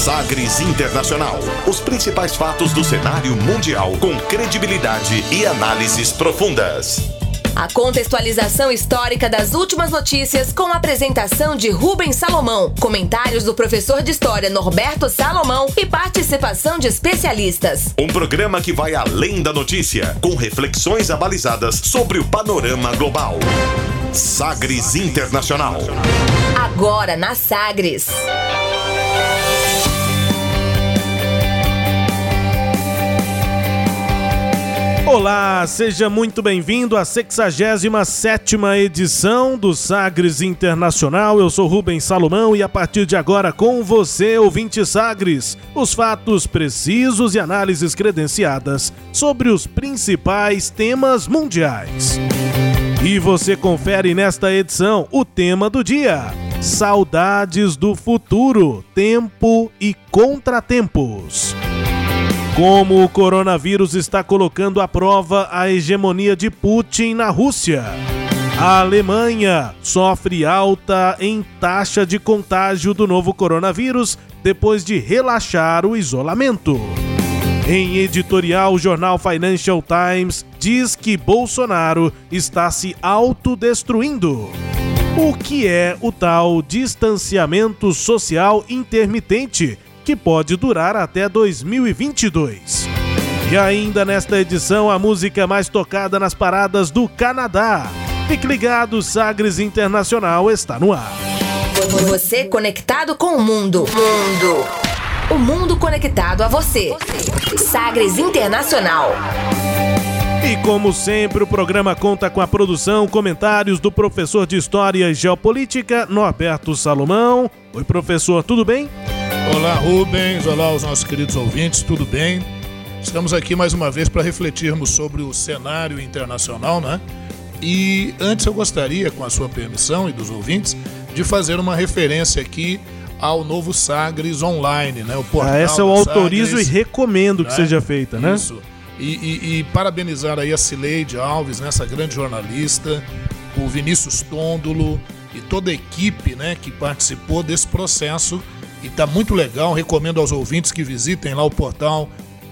Sagres Internacional. Os principais fatos do cenário mundial com credibilidade e análises profundas. A contextualização histórica das últimas notícias com a apresentação de Rubens Salomão, comentários do professor de História Norberto Salomão e participação de especialistas. Um programa que vai além da notícia, com reflexões abalizadas sobre o panorama global. Sagres Internacional. Agora na Sagres. Olá, seja muito bem-vindo à 67ª edição do Sagres Internacional. Eu sou Rubens Salomão e a partir de agora com você, ouvinte Sagres, os fatos precisos e análises credenciadas sobre os principais temas mundiais. E você confere nesta edição o tema do dia: saudades do futuro, tempo e contratempos. Como o coronavírus está colocando à prova a hegemonia de Putin na Rússia. A Alemanha sofre alta em taxa de contágio do novo coronavírus depois de relaxar o isolamento. Em editorial, o jornal Financial Times diz que Bolsonaro está se autodestruindo. O que é o tal distanciamento social intermitente, que pode durar até 2022. E ainda nesta edição, a música mais tocada nas paradas do Canadá. Fique ligado, Sagres Internacional está no ar. Você conectado com o mundo. O mundo conectado a você. Sagres Internacional. E como sempre, o programa conta com a produção, comentários do professor de História e Geopolítica, Norberto Salomão. Oi, professor, tudo bem? Olá, Rubens. Olá aos nossos queridos ouvintes, tudo bem? Estamos aqui mais uma vez para refletirmos sobre o cenário internacional, né? E antes eu gostaria, com a sua permissão e dos ouvintes, de fazer uma referência aqui ao novo Sagres Online, né? O portal essa eu autorizo Sagres, e recomendo, né, que seja feita, né? Isso. E parabenizar aí a Cileide Alves, né, essa grande jornalista, o Vinícius Tôndolo e toda a equipe, né, que participou desse processo. E tá muito legal, recomendo aos ouvintes que visitem lá o portal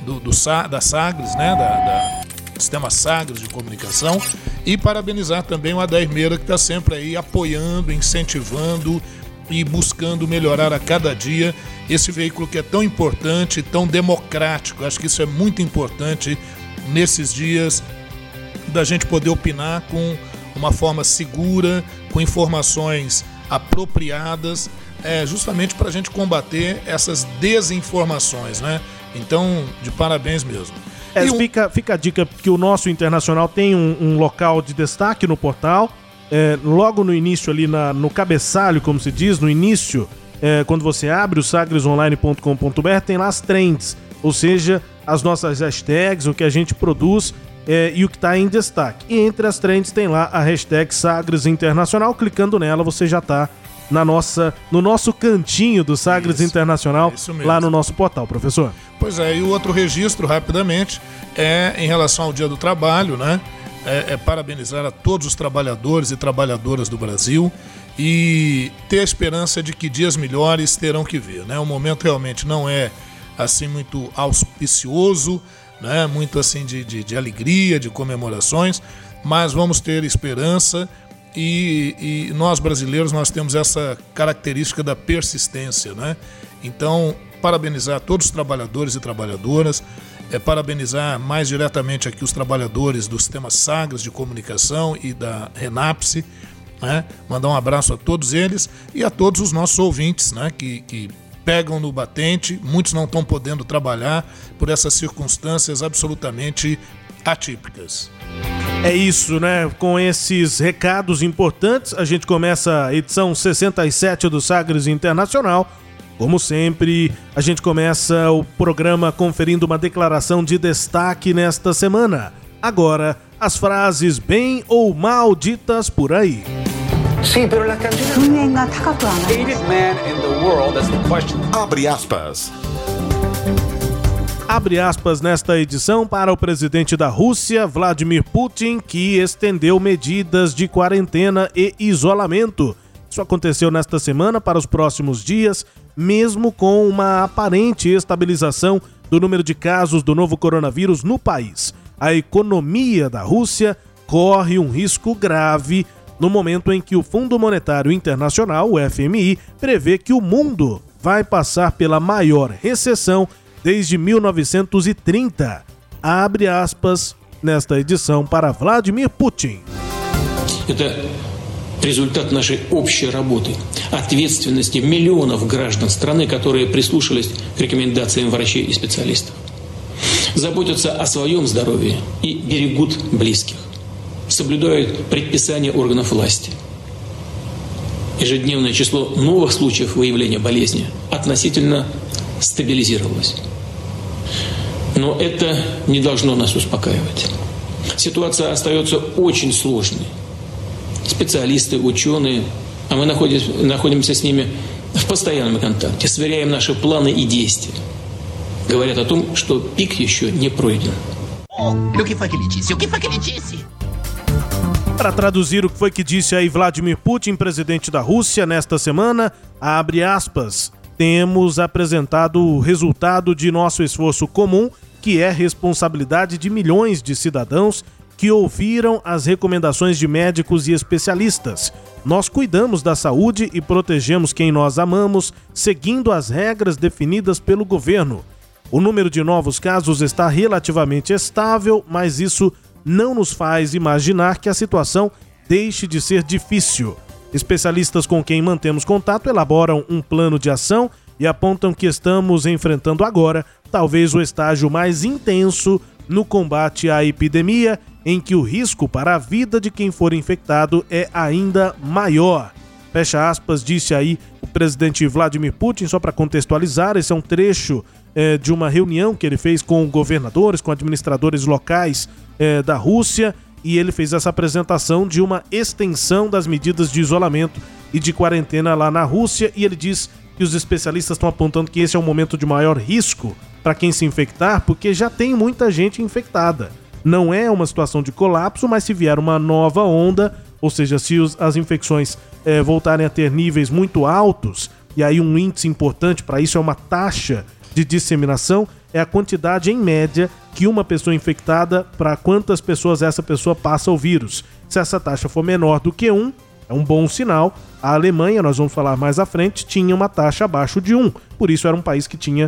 da Sagres, né, do Sistema Sagres de Comunicação, e parabenizar também o Adair Meira, que está sempre aí apoiando, incentivando e buscando melhorar a cada dia esse veículo que é tão importante, tão democrático. Acho que isso é muito importante nesses dias, da gente poder opinar com uma forma segura, com informações apropriadas, justamente para a gente combater essas desinformações, né? Então, de parabéns mesmo. Fica a dica que o nosso Internacional tem um local de destaque no portal, logo no início ali, no cabeçalho, como se diz, no início, quando você abre o sagresonline.com.br, tem lá as trends, ou seja, as nossas hashtags, o que a gente produz e o que está em destaque. E entre as trends tem lá a hashtag Sagres Internacional. Clicando nela, você já está no nosso cantinho do Sagres Internacional, lá no nosso portal, professor. Pois é, e o outro registro, rapidamente, em relação ao Dia do Trabalho, né? Parabenizar a todos os trabalhadores e trabalhadoras do Brasil e ter a esperança de que dias melhores terão que vir, né? O momento realmente não é assim muito auspicioso, né? Muito assim de alegria, de comemorações, mas vamos ter esperança. E nós brasileiros, nós temos essa característica da persistência, né? Então, parabenizar todos os trabalhadores e trabalhadoras, parabenizar mais diretamente aqui os trabalhadores do Sistema Sagres de Comunicação e da Renapse, né? Mandar um abraço a todos eles e a todos os nossos ouvintes, né? Que pegam no batente, muitos não estão podendo trabalhar por essas circunstâncias absolutamente atípicas. É isso, né? Com esses recados importantes, a gente começa a edição 67 do Sagres Internacional. Como sempre, a gente começa o programa conferindo uma declaração de destaque nesta semana. Agora, as frases bem ou mal ditas por aí. Abre aspas. Abre aspas nesta edição para o presidente da Rússia, Vladimir Putin, que estendeu medidas de quarentena e isolamento. Isso aconteceu nesta semana para os próximos dias, mesmo com uma aparente estabilização do número de casos do novo coronavírus no país. A economia da Rússia corre um risco grave no momento em que o Fundo Monetário Internacional, o FMI, prevê que o mundo vai passar pela maior recessão desde 1930. Abre aspas nesta edição para Vladimir Putin. Результат нашей общей работы, ответственности миллионов граждан страны, которые прислушались к рекомендациям врачей и специалистов, заботятся о своем здоровье и берегут близких, соблюдают предписания органов власти. Ежедневное число новых случаев выявления болезни относительно стабилизировалось. Но это не должно нас успокаивать. Ситуация остается очень сложной. Специалисты, ученые, а мы находимся с ними в постоянном контакте, сверяем наши планы и действия. Говорят о том, что пик еще не пройден. O que foi que ele disse? O que foi que ele disse? Para traduzir o que foi que disse aí Vladimir Putin, presidente da Rússia, nesta semana, abre aspas, temos apresentado o resultado de nosso esforço comum, que é responsabilidade de milhões de cidadãos que ouviram as recomendações de médicos e especialistas. Nós cuidamos da saúde e protegemos quem nós amamos, seguindo as regras definidas pelo governo. O número de novos casos está relativamente estável, mas isso não nos faz imaginar que a situação deixe de ser difícil. Especialistas com quem mantemos contato elaboram um plano de ação e apontam que estamos enfrentando agora talvez o estágio mais intenso no combate à epidemia, em que o risco para a vida de quem for infectado é ainda maior. Fecha aspas, disse aí o presidente Vladimir Putin. Só para contextualizar, esse é um trecho de uma reunião que ele fez com governadores, com administradores locais da Rússia, e ele fez essa apresentação de uma extensão das medidas de isolamento e de quarentena lá na Rússia, e ele diz que os especialistas estão apontando que esse é um momento de maior risco para quem se infectar, porque já tem muita gente infectada. Não é uma situação de colapso, mas se vier uma nova onda, ou seja, se as infecções voltarem a ter níveis muito altos, e aí um índice importante para isso é uma taxa de disseminação, é a quantidade em média que uma pessoa infectada, para quantas pessoas essa pessoa passa o vírus. Se essa taxa for menor do que 1, é um bom sinal. A Alemanha, nós vamos falar mais à frente, tinha uma taxa abaixo de 1. Por isso era um país que tinha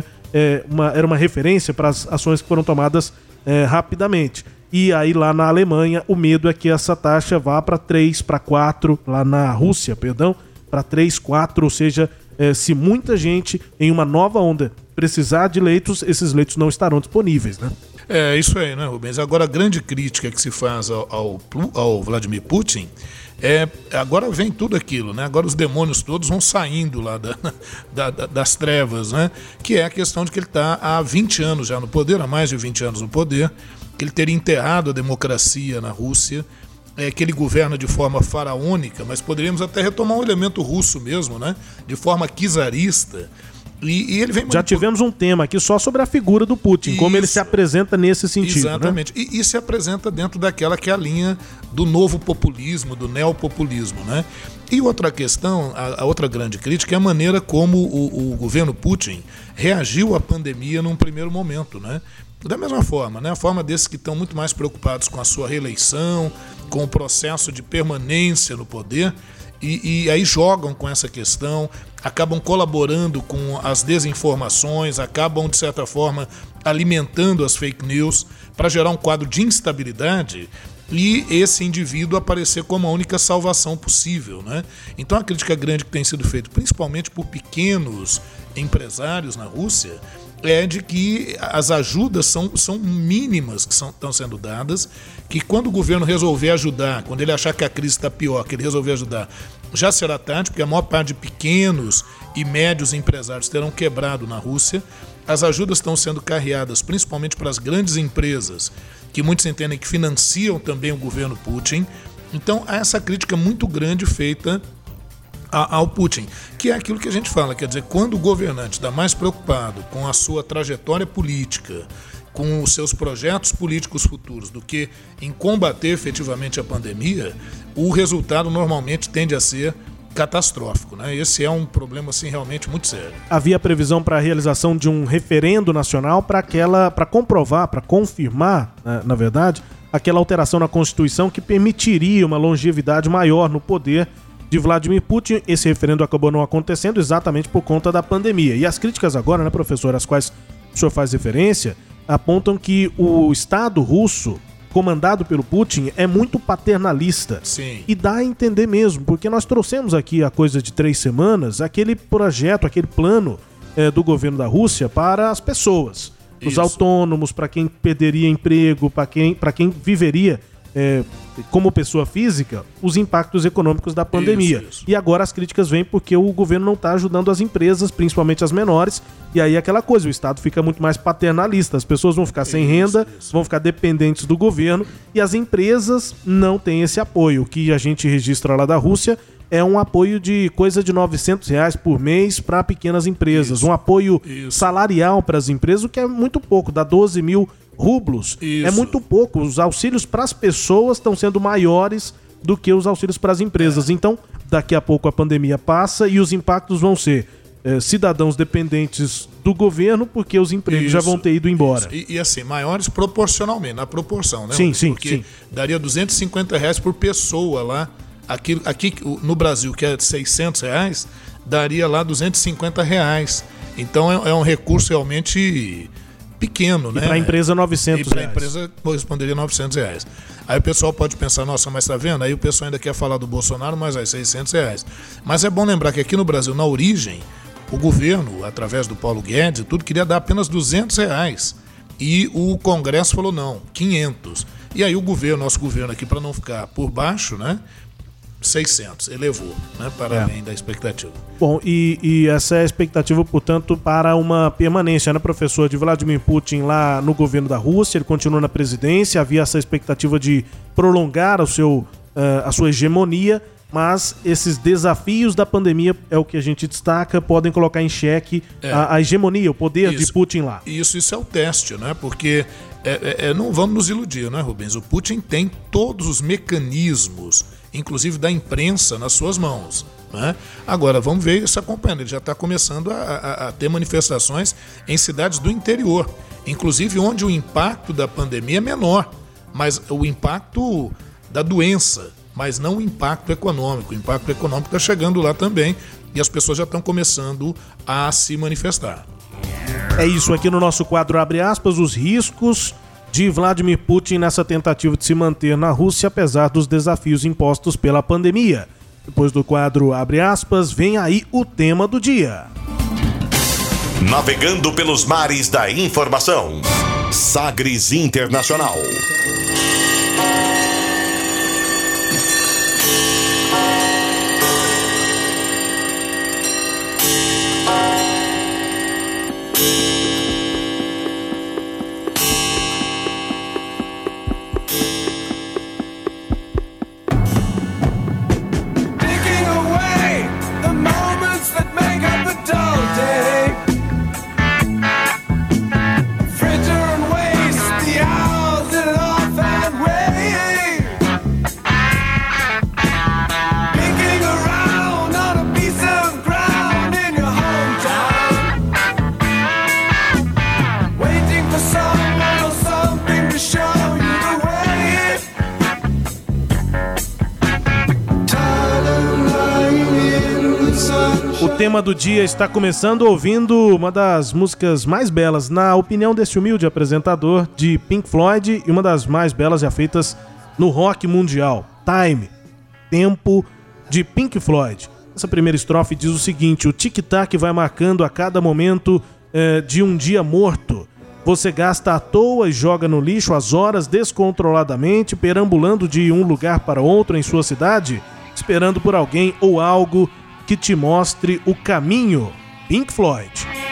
era uma referência para as ações que foram tomadas rapidamente. E aí lá na Alemanha o medo é que essa taxa vá para 3, para 4, lá na Rússia, perdão, para 3, 4, ou seja, se muita gente em uma nova onda precisar de leitos, esses leitos não estarão disponíveis, né? É isso aí, né, Rubens? Agora a grande crítica que se faz ao Vladimir Putin agora vem tudo aquilo, né? Agora os demônios todos vão saindo lá das trevas, né? Que é a questão de que ele está há 20 anos já no poder, há mais de 20 anos no poder, que ele teria enterrado a democracia na Rússia, que ele governa de forma faraônica, mas poderíamos até retomar um elemento russo mesmo, né? De forma czarista. E ele vem já tivemos um tema aqui só sobre a figura do Putin, isso, como ele se apresenta nesse sentido. Exatamente, né? E se apresenta dentro daquela que é a linha do novo populismo, do neopopulismo, né? E outra questão, a outra grande crítica é a maneira como o governo Putin reagiu à pandemia num primeiro momento, né? Da mesma forma, né? A forma desses que estão muito mais preocupados com a sua reeleição, com o processo de permanência no poder, e aí jogam com essa questão, acabam colaborando com as desinformações, acabam, de certa forma, alimentando as fake news para gerar um quadro de instabilidade e esse indivíduo aparecer como a única salvação possível, né? Então a crítica grande que tem sido feita, principalmente por pequenos empresários na Rússia, é de que as ajudas são mínimas que estão sendo dadas, que quando o governo resolver ajudar, quando ele achar que a crise está pior, que ele resolver ajudar, já será tarde, porque a maior parte de pequenos e médios empresários terão quebrado na Rússia. As ajudas estão sendo carreadas principalmente para as grandes empresas, que muitos entendem que financiam também o governo Putin. Então há essa crítica muito grande feita ao Putin, que é aquilo que a gente fala, quer dizer, quando o governante está mais preocupado com a sua trajetória política, com os seus projetos políticos futuros, do que em combater efetivamente a pandemia, o resultado normalmente tende a ser catastrófico, né? Esse é um problema assim realmente muito sério. Havia previsão para a realização de um referendo nacional para comprovar, para confirmar, na verdade, aquela alteração na Constituição que permitiria uma longevidade maior no poder de Vladimir Putin. Esse referendo acabou não acontecendo exatamente por conta da pandemia. E as críticas agora, né, professor, às quais o senhor faz referência, apontam que o Estado russo, comandado pelo Putin, é muito paternalista. Sim. E dá a entender mesmo, porque nós trouxemos aqui há coisa de 3 semanas aquele projeto, aquele plano do governo da Rússia para as pessoas, os autônomos, para quem perderia emprego, para quem viveria como pessoa física, os impactos econômicos da pandemia. Isso. E agora as críticas vêm porque o governo não está ajudando as empresas, principalmente as menores, e aí aquela coisa, o Estado fica muito mais paternalista, as pessoas vão ficar sem renda, vão ficar dependentes do governo, e as empresas não têm esse apoio. O que a gente registra lá da Rússia é um apoio de coisa de R$900 por mês para pequenas empresas, um apoio salarial para as empresas, o que é muito pouco, dá 12 mil rublos. É muito pouco. Os auxílios para as pessoas estão sendo maiores do que os auxílios para as empresas. Então, daqui a pouco a pandemia passa e os impactos vão ser cidadãos dependentes do governo, porque os empregos já vão ter ido embora. E assim, maiores proporcionalmente, na proporção, né? Sim. Daria R$250 por pessoa lá. Aqui no Brasil, que é R$600, daria lá R$250. Então é um recurso realmente pequeno, né? E para a empresa R$900. E para a empresa corresponderia R$900. Aí o pessoal pode pensar, nossa, mas tá vendo? Aí o pessoal ainda quer falar do Bolsonaro, mas é R$600. Mas é bom lembrar que aqui no Brasil, na origem, o governo, através do Paulo Guedes e tudo, queria dar apenas R$200. E o Congresso falou não, 500. E aí o governo, nosso governo aqui, para não ficar por baixo, né? 600, elevou, né, para além da expectativa. Bom, e essa é a expectativa, portanto, para uma permanência, né, professor, de Vladimir Putin lá no governo da Rússia. Ele continua na presidência, havia essa expectativa de prolongar a sua hegemonia, mas esses desafios da pandemia, é o que a gente destaca, podem colocar em xeque a hegemonia, o poder de Putin lá. Isso é o teste, né, porque não vamos nos iludir, né, Rubens? O Putin tem todos os mecanismos, inclusive da imprensa, nas suas mãos, né? Agora, vamos ver isso acompanhando. Ele já está começando a ter manifestações em cidades do interior, inclusive onde o impacto da pandemia é menor, mas o impacto da doença, mas não o impacto econômico. O impacto econômico está chegando lá também e as pessoas já estão começando a se manifestar. É isso aqui no nosso quadro, abre aspas, os riscos de Vladimir Putin nessa tentativa de se manter na Rússia, apesar dos desafios impostos pela pandemia. Depois do quadro, abre aspas, vem aí o tema do dia. Navegando pelos mares da informação. Sagres Internacional. O tema do dia está começando ouvindo uma das músicas mais belas, na opinião desse humilde apresentador, de Pink Floyd, e uma das mais belas já feitas no rock mundial. Time, Tempo, de Pink Floyd. Essa primeira estrofe diz o seguinte: o tic-tac vai marcando a cada momento de um dia morto. Você gasta à toa e joga no lixo as horas descontroladamente, perambulando de um lugar para outro em sua cidade, esperando por alguém ou algo que te mostre o caminho. Pink Floyd.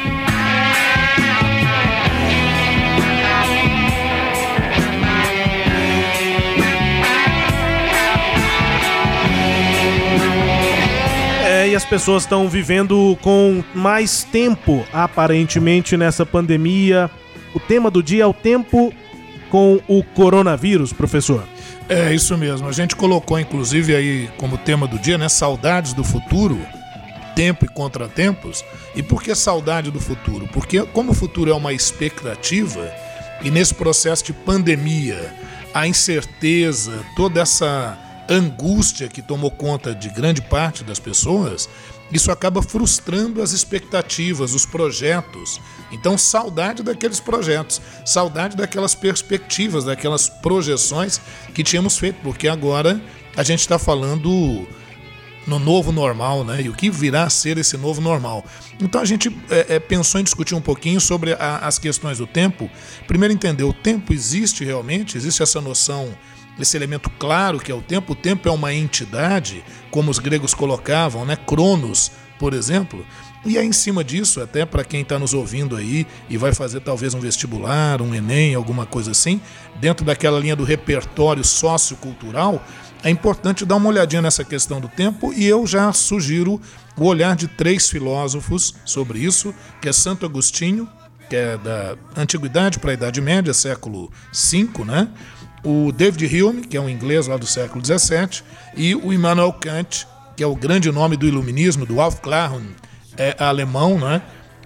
E as pessoas estão vivendo com mais tempo, aparentemente, nessa pandemia. O tema do dia é o tempo com o coronavírus, professor. É isso mesmo, a gente colocou inclusive aí como tema do dia, né, saudades do futuro, tempo e contratempos. E por que saudade do futuro? Porque como o futuro é uma expectativa, e nesse processo de pandemia, a incerteza, toda essa angústia que tomou conta de grande parte das pessoas, isso acaba frustrando as expectativas, os projetos. Então, saudade daqueles projetos, saudade daquelas perspectivas, daquelas projeções que tínhamos feito, porque agora a gente está falando no novo normal, né? E o que virá a ser esse novo normal. Então a gente pensou em discutir um pouquinho sobre as questões do tempo. Primeiro entender, o tempo existe realmente? Existe essa noção, esse elemento claro que é o tempo? O tempo é uma entidade, como os gregos colocavam, né? Cronos, por exemplo. E aí, em cima disso, até para quem está nos ouvindo aí e vai fazer talvez um vestibular, um Enem, alguma coisa assim, dentro daquela linha do repertório sociocultural, é importante dar uma olhadinha nessa questão do tempo, e eu já sugiro o olhar de 3 filósofos sobre isso, que é Santo Agostinho, que é da Antiguidade para a Idade Média, século V, né? O David Hume, que é um inglês lá do século XVII, e o Immanuel Kant, que é o grande nome do iluminismo, do Aufklärung, alemão, né?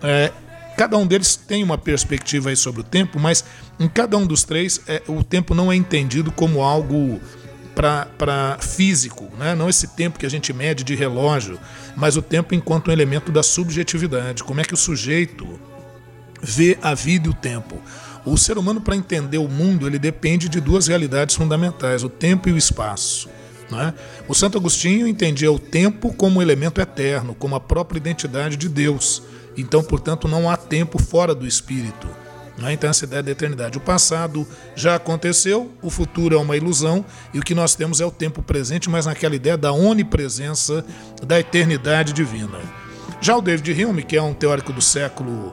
Cada um deles tem uma perspectiva aí sobre o tempo, mas em cada um dos 3, o tempo não é entendido como algo para físico, né? Não esse tempo que a gente mede de relógio, mas o tempo enquanto um elemento da subjetividade. Como é que o sujeito vê a vida e o tempo? O ser humano, para entender o mundo, ele depende de 2 realidades fundamentais, o tempo e o espaço, né? O Santo Agostinho entendia o tempo como um elemento eterno, como a própria identidade de Deus. Então, portanto, não há tempo fora do espírito. Então essa ideia da eternidade, o passado já aconteceu, o futuro é uma ilusão, e o que nós temos é o tempo presente, mas naquela ideia da onipresença da eternidade divina. Já o David Hume, que é um teórico do século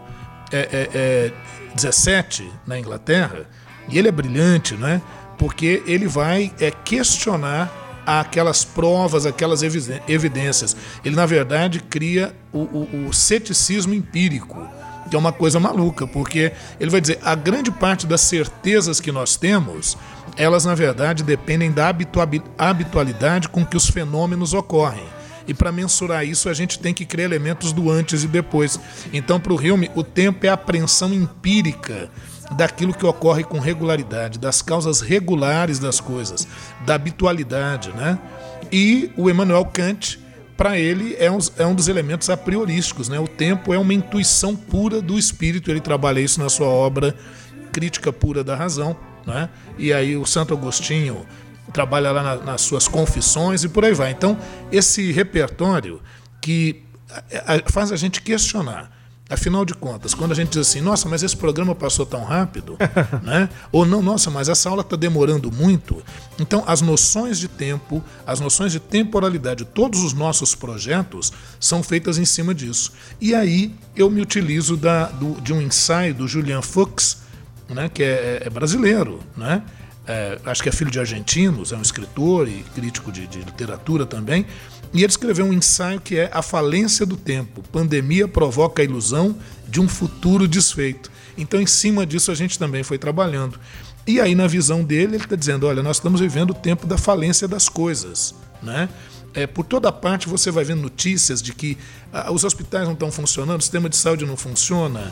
XVII na Inglaterra, e ele é brilhante, né? Porque ele vai questionar aquelas provas, aquelas evidências. Ele, na verdade, cria o ceticismo empírico, que é uma coisa maluca, porque ele vai dizer, a grande parte das certezas que nós temos, elas na verdade dependem da habitualidade com que os fenômenos ocorrem. E para mensurar isso, a gente tem que criar elementos do antes e depois. Então, para o Hume, o tempo é a apreensão empírica daquilo que ocorre com regularidade, das causas regulares das coisas, da habitualidade, né? E o Immanuel Kant, para ele, é um dos elementos a priorísticos, né? O tempo é uma intuição pura do espírito. Ele trabalha isso na sua obra Crítica Pura da Razão, né? E aí o Santo Agostinho trabalha lá nas suas confissões e por aí vai. Então, esse repertório que faz a gente questionar. Afinal de contas, quando a gente diz assim, nossa, mas esse programa passou tão rápido, né? Ou não, nossa, mas essa aula está demorando muito. Então, as noções de tempo, as noções de temporalidade, todos os nossos projetos são feitas em cima disso. E aí eu me utilizo de um ensaio do Julian Fuchs, né? Que é brasileiro, né? Acho que é filho de argentinos, é um escritor e crítico de literatura também. E ele escreveu um ensaio que é A Falência do Tempo. Pandemia provoca a ilusão de um futuro desfeito. Então, em cima disso, a gente também foi trabalhando. E aí, na visão dele, ele está dizendo, olha, nós estamos vivendo o tempo da falência das coisas, né? Por toda parte você vai vendo notícias de que os hospitais não estão funcionando, o sistema de saúde não funciona,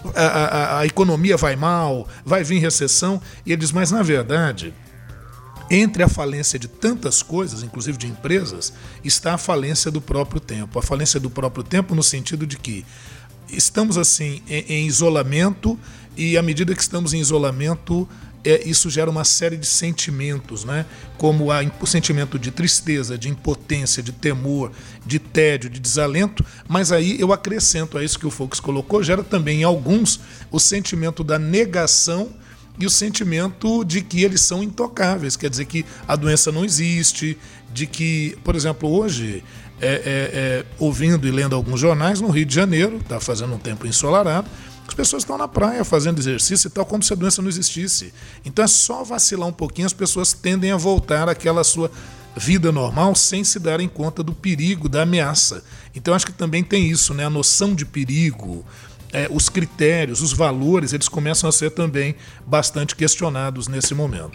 a economia vai mal, vai vir recessão. E ele diz, mas na verdade, entre a falência de tantas coisas, inclusive de empresas, está a falência do próprio tempo. A falência do próprio tempo no sentido de que estamos assim em isolamento, e à medida que estamos em isolamento, isso gera uma série de sentimentos, né? Como o sentimento de tristeza, de impotência, de temor, de tédio, de desalento. Mas aí eu acrescento a isso que o Foucault colocou, gera também em alguns o sentimento da negação e o sentimento de que eles são intocáveis, quer dizer que a doença não existe, de que, por exemplo, hoje, ouvindo e lendo alguns jornais, no Rio de Janeiro, está fazendo um tempo ensolarado, as pessoas estão na praia fazendo exercício e tal, como se a doença não existisse. Então é só vacilar um pouquinho, as pessoas tendem a voltar àquela sua vida normal sem se darem conta do perigo, da ameaça. Então acho que também tem isso, né? A noção de perigo, os critérios, os valores, eles começam a ser também bastante questionados nesse momento.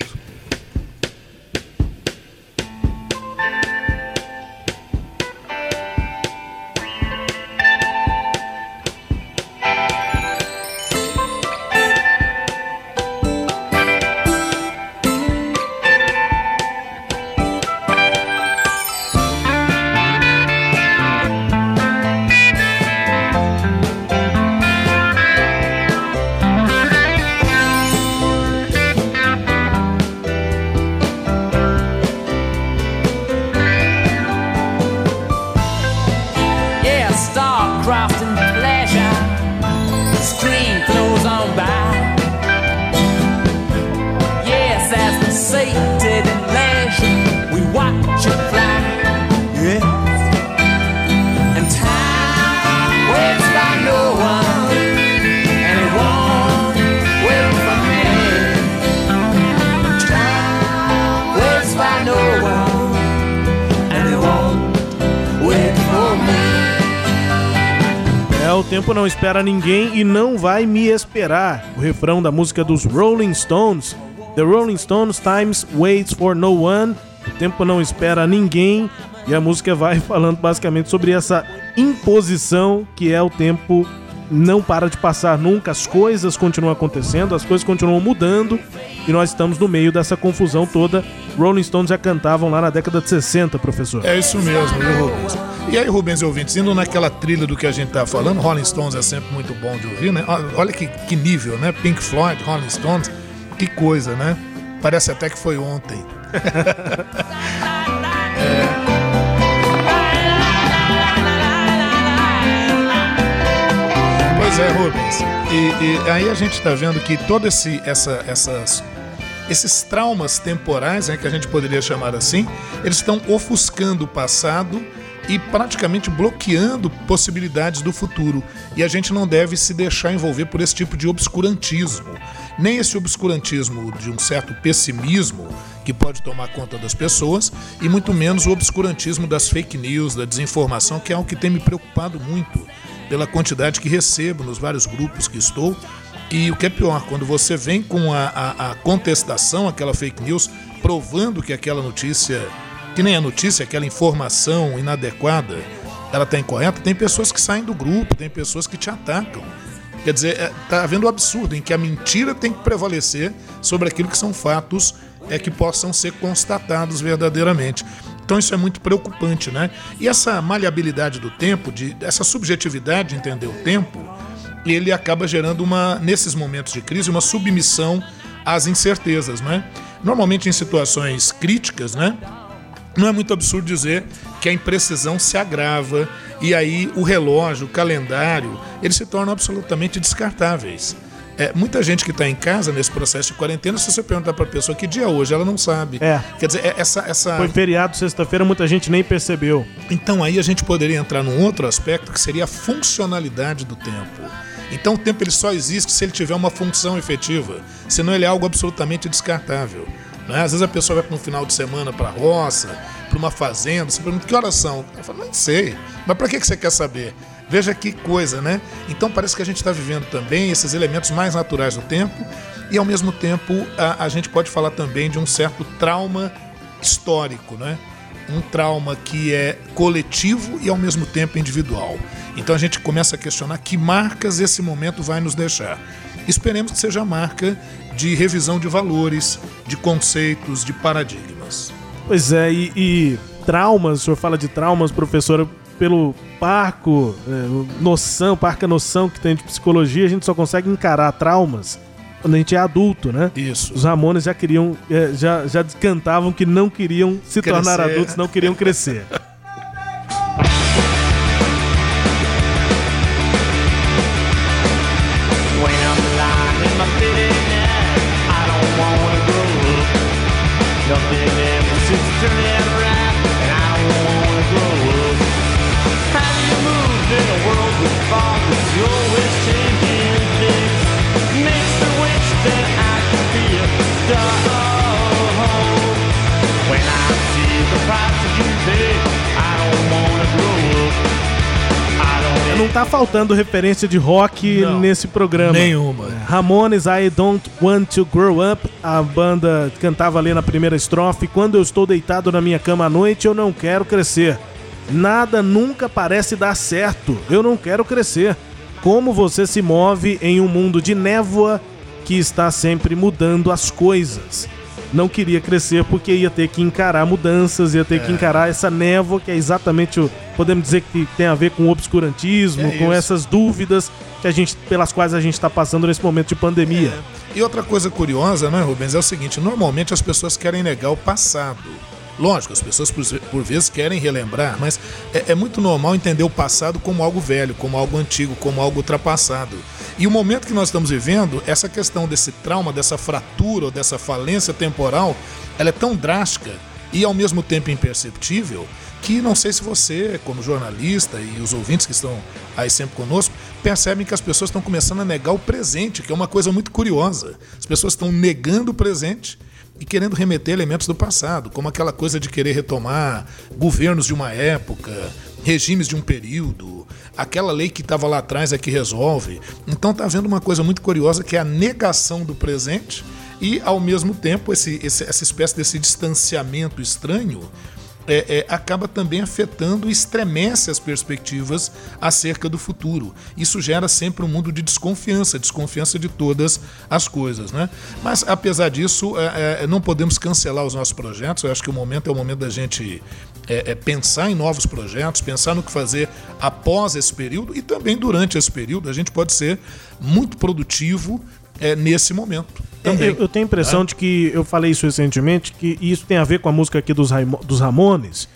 O tempo não espera ninguém e não vai me esperar. O refrão da música dos Rolling Stones. The Rolling Stones Times Waits for No One. O tempo não espera ninguém. E a música vai falando basicamente sobre essa imposição que é o tempo. Não para de passar nunca, as coisas continuam acontecendo, as coisas continuam mudando e nós estamos no meio dessa confusão toda. Rolling Stones já cantavam lá na década de 60, professor. É isso mesmo, viu, Rubens? E aí, Rubens e ouvintes, indo naquela trilha do que a gente tá falando, Rolling Stones é sempre muito bom de ouvir, né? Olha que nível, né? Pink Floyd, Rolling Stones, que coisa, né? Parece até que foi ontem. Pois é, Rubens. E aí a gente está vendo que todos esses traumas temporais, né, que a gente poderia chamar assim, eles estão ofuscando o passado e praticamente bloqueando possibilidades do futuro. E a gente não deve se deixar envolver por esse tipo de obscurantismo. Nem esse obscurantismo de um certo pessimismo que pode tomar conta das pessoas, e muito menos o obscurantismo das fake news, da desinformação, que é algo que tem me preocupado muito pela quantidade que recebo nos vários grupos que estou. E o que é pior, quando você vem com a contestação, aquela fake news, provando que aquela notícia, que nem a notícia, aquela informação inadequada, ela está incorreta, tem pessoas que saem do grupo, tem pessoas que te atacam. Quer dizer, está havendo um absurdo em que a mentira tem que prevalecer sobre aquilo que são fatos que possam ser constatados verdadeiramente. Então isso é muito preocupante, né? E essa maleabilidade do tempo, essa subjetividade de entender o tempo, ele acaba gerando nesses momentos de crise, uma submissão às incertezas, né? Normalmente em situações críticas, né? Não é muito absurdo dizer que a imprecisão se agrava e aí o relógio, o calendário, eles se tornam absolutamente descartáveis. Muita gente que está em casa nesse processo de quarentena, se você perguntar para a pessoa que dia é hoje, ela não sabe. Quer dizer, Foi feriado sexta-feira, muita gente nem percebeu. Então aí a gente poderia entrar num outro aspecto que seria a funcionalidade do tempo. Então o tempo ele só existe se ele tiver uma função efetiva, senão ele é algo absolutamente descartável. Né? Às vezes a pessoa vai para um final de semana para a roça, para uma fazenda, você pergunta que horas são? Ela fala, não sei, mas para que você quer saber? Veja que coisa, né? Então parece que a gente está vivendo também esses elementos mais naturais do tempo e ao mesmo tempo a gente pode falar também de um certo trauma histórico, né? Um trauma que é coletivo e ao mesmo tempo individual. Então a gente começa a questionar que marcas esse momento vai nos deixar. Esperemos que seja marca de revisão de valores, de conceitos, de paradigmas. Pois é, e traumas, o senhor fala de traumas, professora, pelo parca noção que tem de psicologia, a gente só consegue encarar traumas quando a gente é adulto, né? Isso. Os Ramones já queriam, já cantavam que não queriam se tornar adultos, não queriam crescer. When I see the price you pay tá faltando referência de rock nesse programa. Nenhuma. Ramones, I Don't Want to Grow Up. A banda cantava ali na primeira estrofe: quando eu estou deitado na minha cama à noite, eu não quero crescer. Nada nunca parece dar certo. Eu não quero crescer. Como você se move em um mundo de névoa que está sempre mudando as coisas. Não queria crescer porque ia ter que encarar mudanças, ia ter que encarar essa névoa que é exatamente, podemos dizer que tem a ver com o obscurantismo, com essas dúvidas pelas quais a gente está passando nesse momento de pandemia. E outra coisa curiosa, né, Rubens, é o seguinte: normalmente as pessoas querem negar o passado. Lógico, as pessoas por vezes querem relembrar, mas é muito normal entender o passado como algo velho, como algo antigo, como algo ultrapassado. E o momento que nós estamos vivendo, essa questão desse trauma, dessa fratura ou dessa falência temporal, ela é tão drástica e ao mesmo tempo imperceptível que não sei se você, como jornalista, e os ouvintes que estão aí sempre conosco, percebem que as pessoas estão começando a negar o presente, que é uma coisa muito curiosa. As pessoas estão negando o presente e querendo remeter elementos do passado, como aquela coisa de querer retomar governos de uma época, regimes de um período, aquela lei que estava lá atrás é que resolve. Então está havendo uma coisa muito curiosa, que é a negação do presente e, ao mesmo tempo, essa espécie desse distanciamento estranho acaba também afetando e estremece as perspectivas acerca do futuro. Isso gera sempre um mundo de desconfiança de todas as coisas, né? Mas, apesar disso, não podemos cancelar os nossos projetos. Eu acho que o momento é o momento da gente pensar em novos projetos, pensar no que fazer após esse período e também durante esse período. A gente pode ser muito produtivo nesse momento. Eu tenho a impressão de que, eu falei isso recentemente, que isso tem a ver com a música aqui dos Ramones,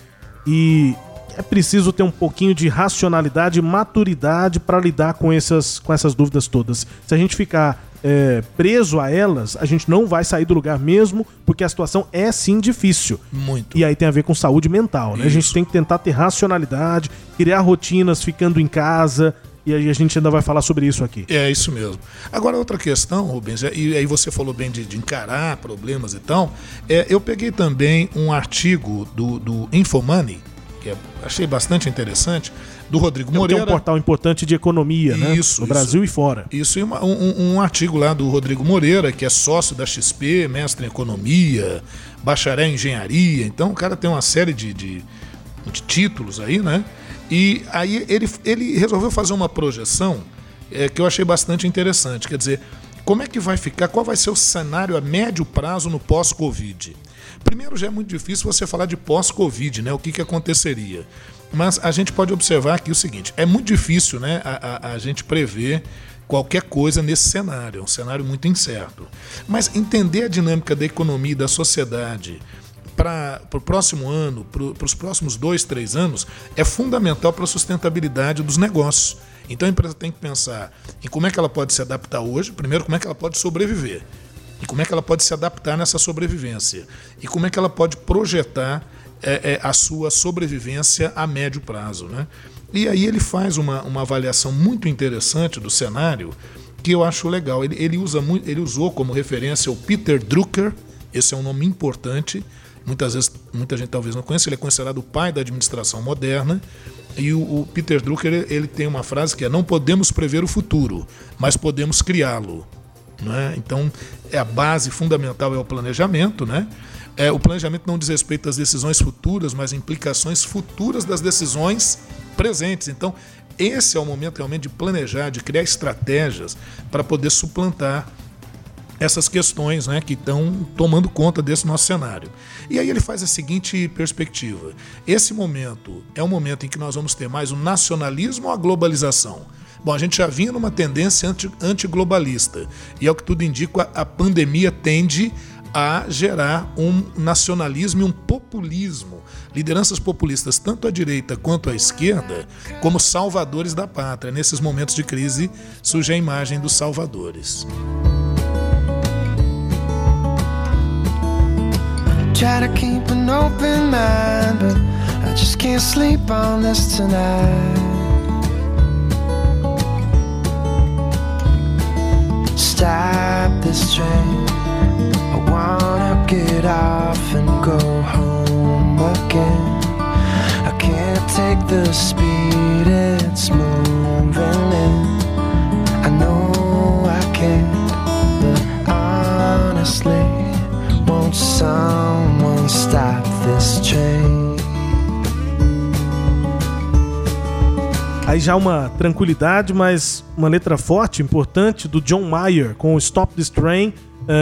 e é preciso ter um pouquinho de racionalidade e maturidade para lidar com essas dúvidas todas. Se a gente ficar preso a elas, a gente não vai sair do lugar mesmo, porque a situação é sim difícil. Muito. E aí tem a ver com saúde mental, né? A gente tem que tentar ter racionalidade, criar rotinas ficando em casa. E aí a gente ainda vai falar sobre isso aqui. É isso mesmo. Agora, outra questão, Rubens, e aí você falou bem de encarar problemas e tal, eu peguei também um artigo do Infomoney, que achei bastante interessante, do Rodrigo Moreira. Tem um portal importante de economia, né? Isso, no Brasil e fora. Isso, e um artigo lá do Rodrigo Moreira, que é sócio da XP, mestre em economia, bacharel em engenharia. Então o cara tem uma série de títulos aí, né? E aí ele resolveu fazer uma projeção que eu achei bastante interessante. Quer dizer, como é que vai ficar, qual vai ser o cenário a médio prazo no pós-Covid? Primeiro, já é muito difícil você falar de pós-Covid, né? O que aconteceria? Mas a gente pode observar aqui o seguinte: é muito difícil, né, a gente prever qualquer coisa nesse cenário, é um cenário muito incerto. Mas entender a dinâmica da economia e da sociedade para o próximo ano, para os próximos 2, 3 anos, é fundamental para a sustentabilidade dos negócios. Então a empresa tem que pensar em como é que ela pode se adaptar hoje, primeiro como é que ela pode sobreviver, e como é que ela pode se adaptar nessa sobrevivência, e como é que ela pode projetar a sua sobrevivência a médio prazo, né? E aí ele faz uma avaliação muito interessante do cenário, que eu acho legal. Ele usou como referência o Peter Drucker, esse é um nome importante. Muita gente talvez não conheça, ele é considerado o pai da administração moderna, e o Peter Drucker ele tem uma frase que é: não podemos prever o futuro, mas podemos criá-lo, né? Então a base fundamental é o planejamento, né? O planejamento não diz respeito às decisões futuras, mas implicações futuras das decisões presentes. Então esse é o momento realmente de planejar, de criar estratégias para poder suplantar essas questões, né, que estão tomando conta desse nosso cenário. E aí ele faz a seguinte perspectiva: esse momento é um momento em que nós vamos ter mais o nacionalismo ou a globalização? Bom, a gente já vinha numa tendência antiglobalista, e ao que tudo indica, a pandemia tende a gerar um nacionalismo e um populismo. Lideranças populistas, tanto à direita quanto à esquerda, como salvadores da pátria. Nesses momentos de crise surge a imagem dos salvadores. Try to keep an open mind, but I just can't sleep on this tonight. Stop this train, I wanna get off and go home again. I can't take the speed it's moving Aí já uma tranquilidade, mas uma letra forte, importante, do John Mayer, com o Stop This Train,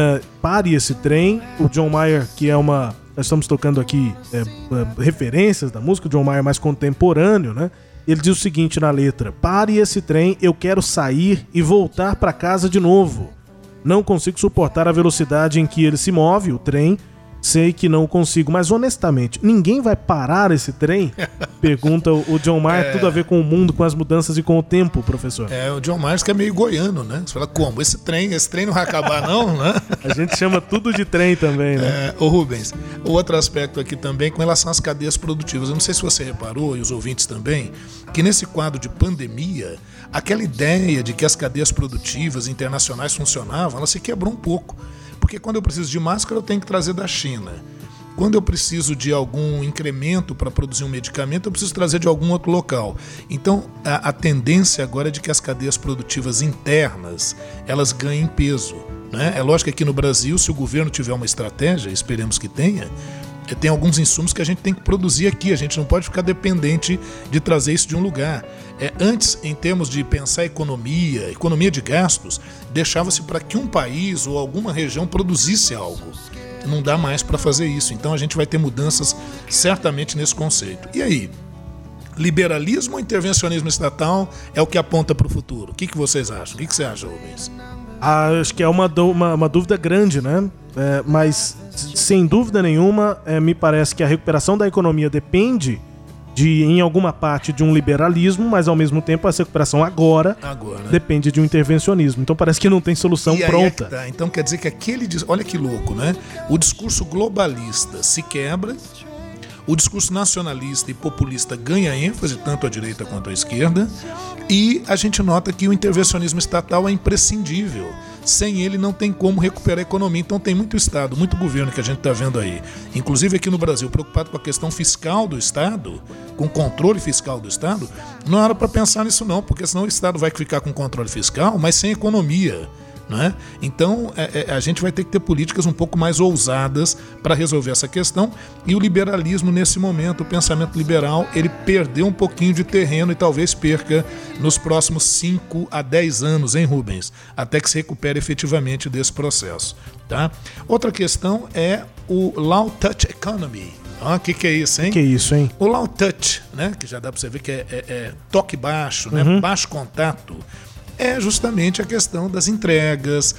Pare Esse Trem. O John Mayer, que é nós estamos tocando aqui referências da música, o John Mayer mais contemporâneo, né? Ele diz o seguinte na letra: pare esse trem, eu quero sair e voltar para casa de novo. Não consigo suportar a velocidade em que ele se move, o trem. Sei que não consigo, mas honestamente, ninguém vai parar esse trem? Pergunta o John Mayer, tudo a ver com o mundo, com as mudanças e com o tempo, professor. O John Mayer que é meio goiano, né? Você fala, como? Esse trem não vai acabar não, né? A gente chama tudo de trem também, né? Ô Rubens, o outro aspecto aqui também com relação às cadeias produtivas. Eu não sei se você reparou, e os ouvintes também, que nesse quadro de pandemia, aquela ideia de que as cadeias produtivas internacionais funcionavam, ela se quebrou um pouco. Porque quando eu preciso de máscara, eu tenho que trazer da China. Quando eu preciso de algum incremento para produzir um medicamento, eu preciso trazer de algum outro local. Então, a tendência agora é de que as cadeias produtivas internas, elas ganhem peso, né? É lógico que aqui no Brasil, se o governo tiver uma estratégia, esperemos que tenha, tem alguns insumos que a gente tem que produzir aqui, a gente não pode ficar dependente de trazer isso de um lugar. Antes, em termos de pensar economia de gastos, deixava-se para que um país ou alguma região produzisse algo. Não dá mais para fazer isso, então a gente vai ter mudanças certamente nesse conceito. E aí? Liberalismo ou intervencionismo estatal é o que aponta para o futuro? O que vocês acham? O que você acha, Rubens? Acho que é uma dúvida grande, né? Mas, sem dúvida nenhuma, me parece que a recuperação da economia depende em alguma parte de um liberalismo, mas ao mesmo tempo essa recuperação agora depende de um intervencionismo. Então parece que não tem solução pronta. Tá. Então quer dizer que olha que louco, né? O discurso globalista se quebra, o discurso nacionalista e populista ganha ênfase, tanto à direita quanto à esquerda, e a gente nota que o intervencionismo estatal é imprescindível. Sem ele não tem como recuperar a economia. Então tem muito Estado, muito governo que a gente está vendo aí, inclusive aqui no Brasil, preocupado com a questão fiscal do Estado, com o controle fiscal do Estado. Não era para pensar nisso não, porque senão o Estado vai ficar com controle fiscal, mas sem economia. Né? Então a gente vai ter que ter políticas um pouco mais ousadas para resolver essa questão, e o liberalismo nesse momento, o pensamento liberal, ele perdeu um pouquinho de terreno e talvez perca nos próximos 5 a 10 anos, hein, Rubens? Até que se recupere efetivamente desse processo, tá? Outra questão é o Low Touch Economy. O que é isso, hein? Que é isso, hein? O Low Touch, né? Que já dá para você ver que é toque baixo, né? Baixo contato. É justamente a questão das entregas,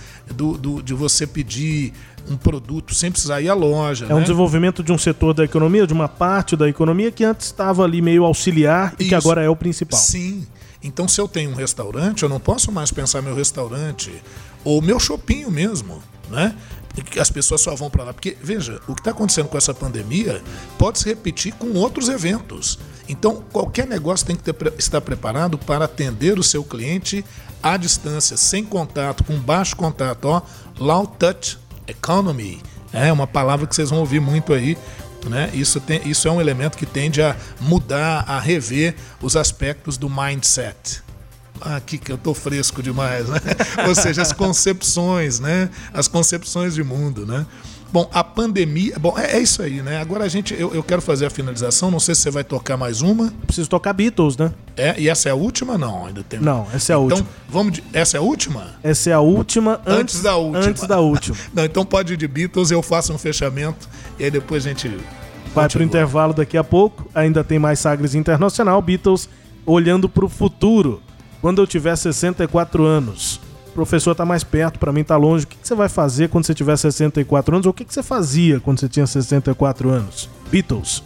de você pedir um produto sem precisar ir à loja. É um desenvolvimento de um setor da economia, de uma parte da economia que antes estava ali meio auxiliar e que agora é o principal. Sim. Então, se eu tenho um restaurante, eu não posso mais pensar meu restaurante ou meu shopping mesmo, né? As pessoas só vão para lá. Porque, veja, o que está acontecendo com essa pandemia pode se repetir com outros eventos. Então, qualquer negócio tem que estar preparado para atender o seu cliente à distância, sem contato, com baixo contato. Low Touch Economy. É uma palavra que vocês vão ouvir muito aí. Né? Isso é um elemento que tende a mudar, a rever os aspectos do mindset. Aqui que eu tô fresco demais, né? Ou seja, as concepções, né? As concepções de mundo, né? Bom, a pandemia... Bom, é isso aí, né? Agora eu quero fazer a finalização, não sei se você vai tocar mais uma. Preciso tocar Beatles, né? E essa é a última? Não, ainda tem... Não, essa é a última. Então, essa é a última? Essa é a última antes da última. Antes da última. Não, então pode ir de Beatles, eu faço um fechamento e aí depois a gente... Vai pro intervalo daqui a pouco, ainda tem mais Sagres Internacional, Beatles olhando pro futuro. Quando eu tiver 64 anos, o professor tá mais perto, para mim tá longe. O que você vai fazer quando você tiver 64 anos? Ou o que você fazia quando você tinha 64 anos? Beatles.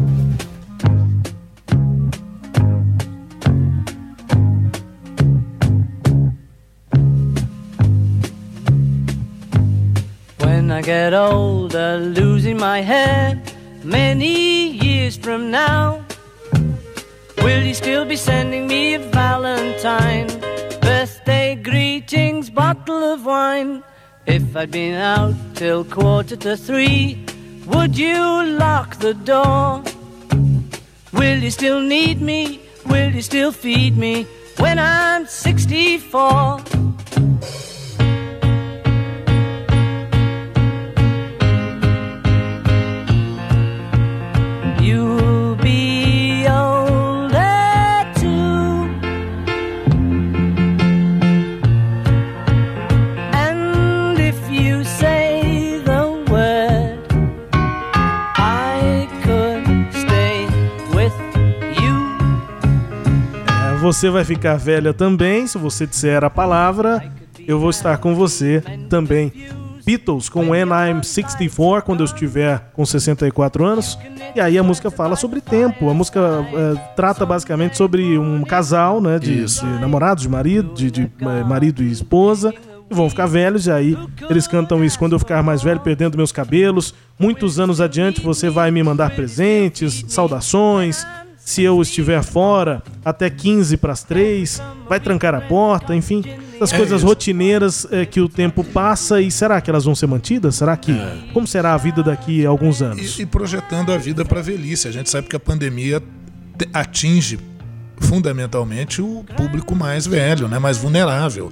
When I get older, losing my hair, many years from now, will you still be sending me a Valentine, birthday greetings, bottle of wine? If I'd been out till 2:45, would you lock the door? Will you still need me? Will you still feed me when I'm 64? You'll be older too. Você vai ficar velha também. Se você disser a palavra, eu vou estar com você também. Beatles com When I'm 64, quando eu estiver com 64 anos. E aí a música fala sobre tempo. A música trata basicamente sobre um casal, né, de namorados, de marido e esposa, que vão ficar velhos. E aí eles cantam isso: quando eu ficar mais velho, perdendo meus cabelos, muitos anos adiante você vai me mandar presentes, saudações. Se eu estiver fora, até 15 para as 3, vai trancar a porta, enfim, essas coisas rotineiras que o tempo passa. E será que elas vão ser mantidas? Será que como será a vida daqui a alguns anos? E projetando a vida para a velhice. A gente sabe que a pandemia atinge fundamentalmente o público mais velho, né, mais vulnerável.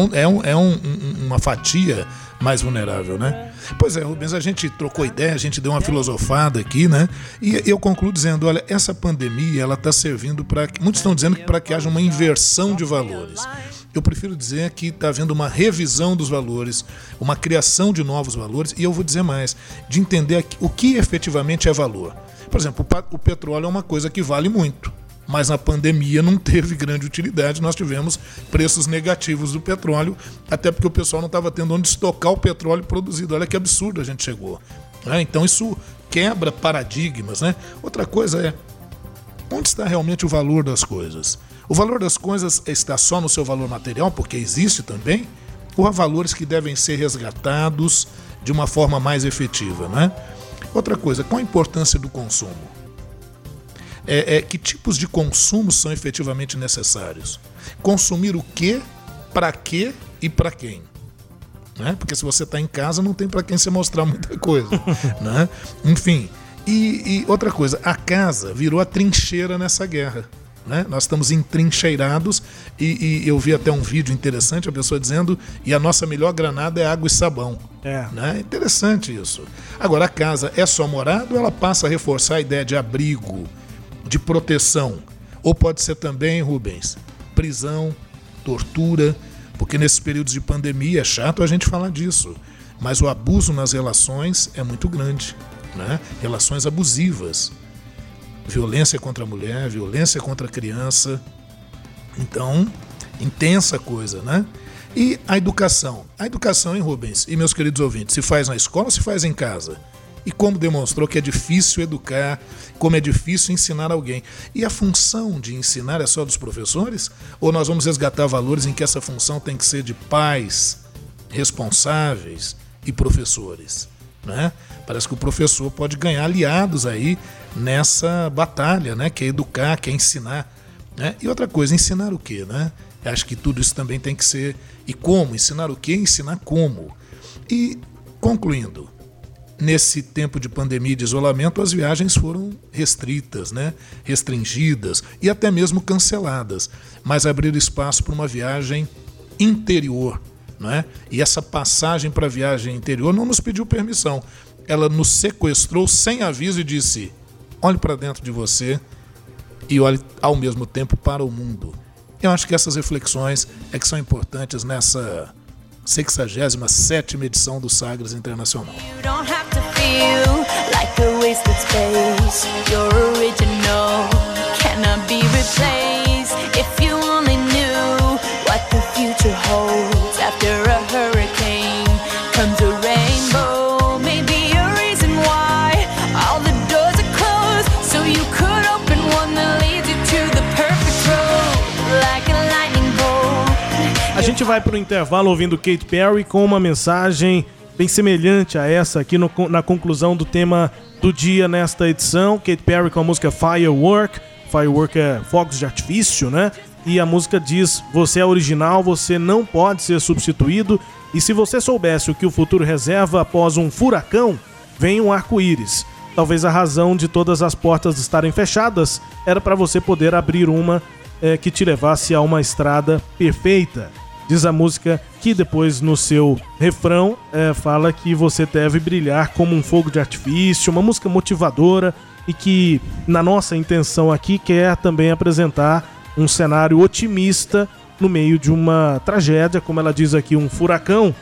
Uma fatia mais vulnerável, né? Pois é, Rubens, a gente trocou ideia, a gente deu uma filosofada aqui, né? E eu concluo dizendo, olha, essa pandemia, ela está servindo para... Muitos estão dizendo que para que haja uma inversão de valores. Eu prefiro dizer que está havendo uma revisão dos valores, uma criação de novos valores, e eu vou dizer mais, de entender o que efetivamente é valor. Por exemplo, o petróleo é uma coisa que vale muito, mas na pandemia não teve grande utilidade. Nós tivemos preços negativos do petróleo, até porque o pessoal não estava tendo onde estocar o petróleo produzido. Olha que absurdo a gente chegou, né? Então isso quebra paradigmas, né? Outra coisa é, onde está realmente o valor das coisas? O valor das coisas está só no seu valor material, porque existe também, ou há valores que devem ser resgatados de uma forma mais efetiva, né? Outra coisa, qual a importância do consumo? Que tipos de consumo são efetivamente necessários? Consumir o quê, para quê e para quem? Né? Porque se você está em casa, não tem para quem você mostrar muita coisa. Né? Enfim, e outra coisa, a casa virou a trincheira nessa guerra. Né? Nós estamos entrincheirados e eu vi até um vídeo interessante, a pessoa dizendo, e a nossa melhor granada é água e sabão. Né? Interessante isso. Agora, a casa é só morada ou ela passa a reforçar a ideia de abrigo, de proteção? Ou pode ser também, Rubens, prisão, tortura, porque nesses períodos de pandemia é chato a gente falar disso, mas o abuso nas relações é muito grande, né? Relações abusivas, violência contra a mulher, violência contra a criança. Então, intensa coisa, né? E a educação, hein, Rubens e meus queridos ouvintes, se faz na escola ou se faz em casa? E como demonstrou que é difícil educar, como é difícil ensinar alguém. E a função de ensinar é só dos professores? Ou nós vamos resgatar valores em que essa função tem que ser de pais, responsáveis e professores? Né? Parece que o professor pode ganhar aliados aí nessa batalha, né? Que é educar, que é ensinar. Né? E outra coisa, ensinar o quê? Né? Eu acho que tudo isso também tem que ser... E como? Ensinar o quê? Ensinar como? E, concluindo, nesse tempo de pandemia e de isolamento, as viagens foram restritas, né? Restringidas e até mesmo canceladas, mas abriram espaço para uma viagem interior, né? E essa passagem para a viagem interior não nos pediu permissão. Ela nos sequestrou sem aviso e disse: olhe para dentro de você e olhe ao mesmo tempo para o mundo. Eu acho que essas reflexões é que são importantes nessa 67ª edição do Sagres Internacional. You don't have to feel like a wasted space. You're original, cannot be replaced. If you only knew what the future holds. After a hurricane comes a rainbow. Maybe a reason why all the doors are closed, so you could open one that leads you to the perfect road. Like a lightning bolt. A gente vai para o intervalo ouvindo Katy Perry com uma mensagem bem semelhante a essa aqui na conclusão do tema do dia nesta edição. Katy Perry com a música Firework. Firework é fogos de artifício, né? E a música diz: você é original, você não pode ser substituído. E se você soubesse o que o futuro reserva após um furacão, vem um arco-íris. Talvez a razão de todas as portas estarem fechadas era para você poder abrir uma que te levasse a uma estrada perfeita. Diz a música que depois no seu refrão fala que você deve brilhar como um fogo de artifício, uma música motivadora e que na nossa intenção aqui quer também apresentar um cenário otimista no meio de uma tragédia, como ela diz aqui, um furacão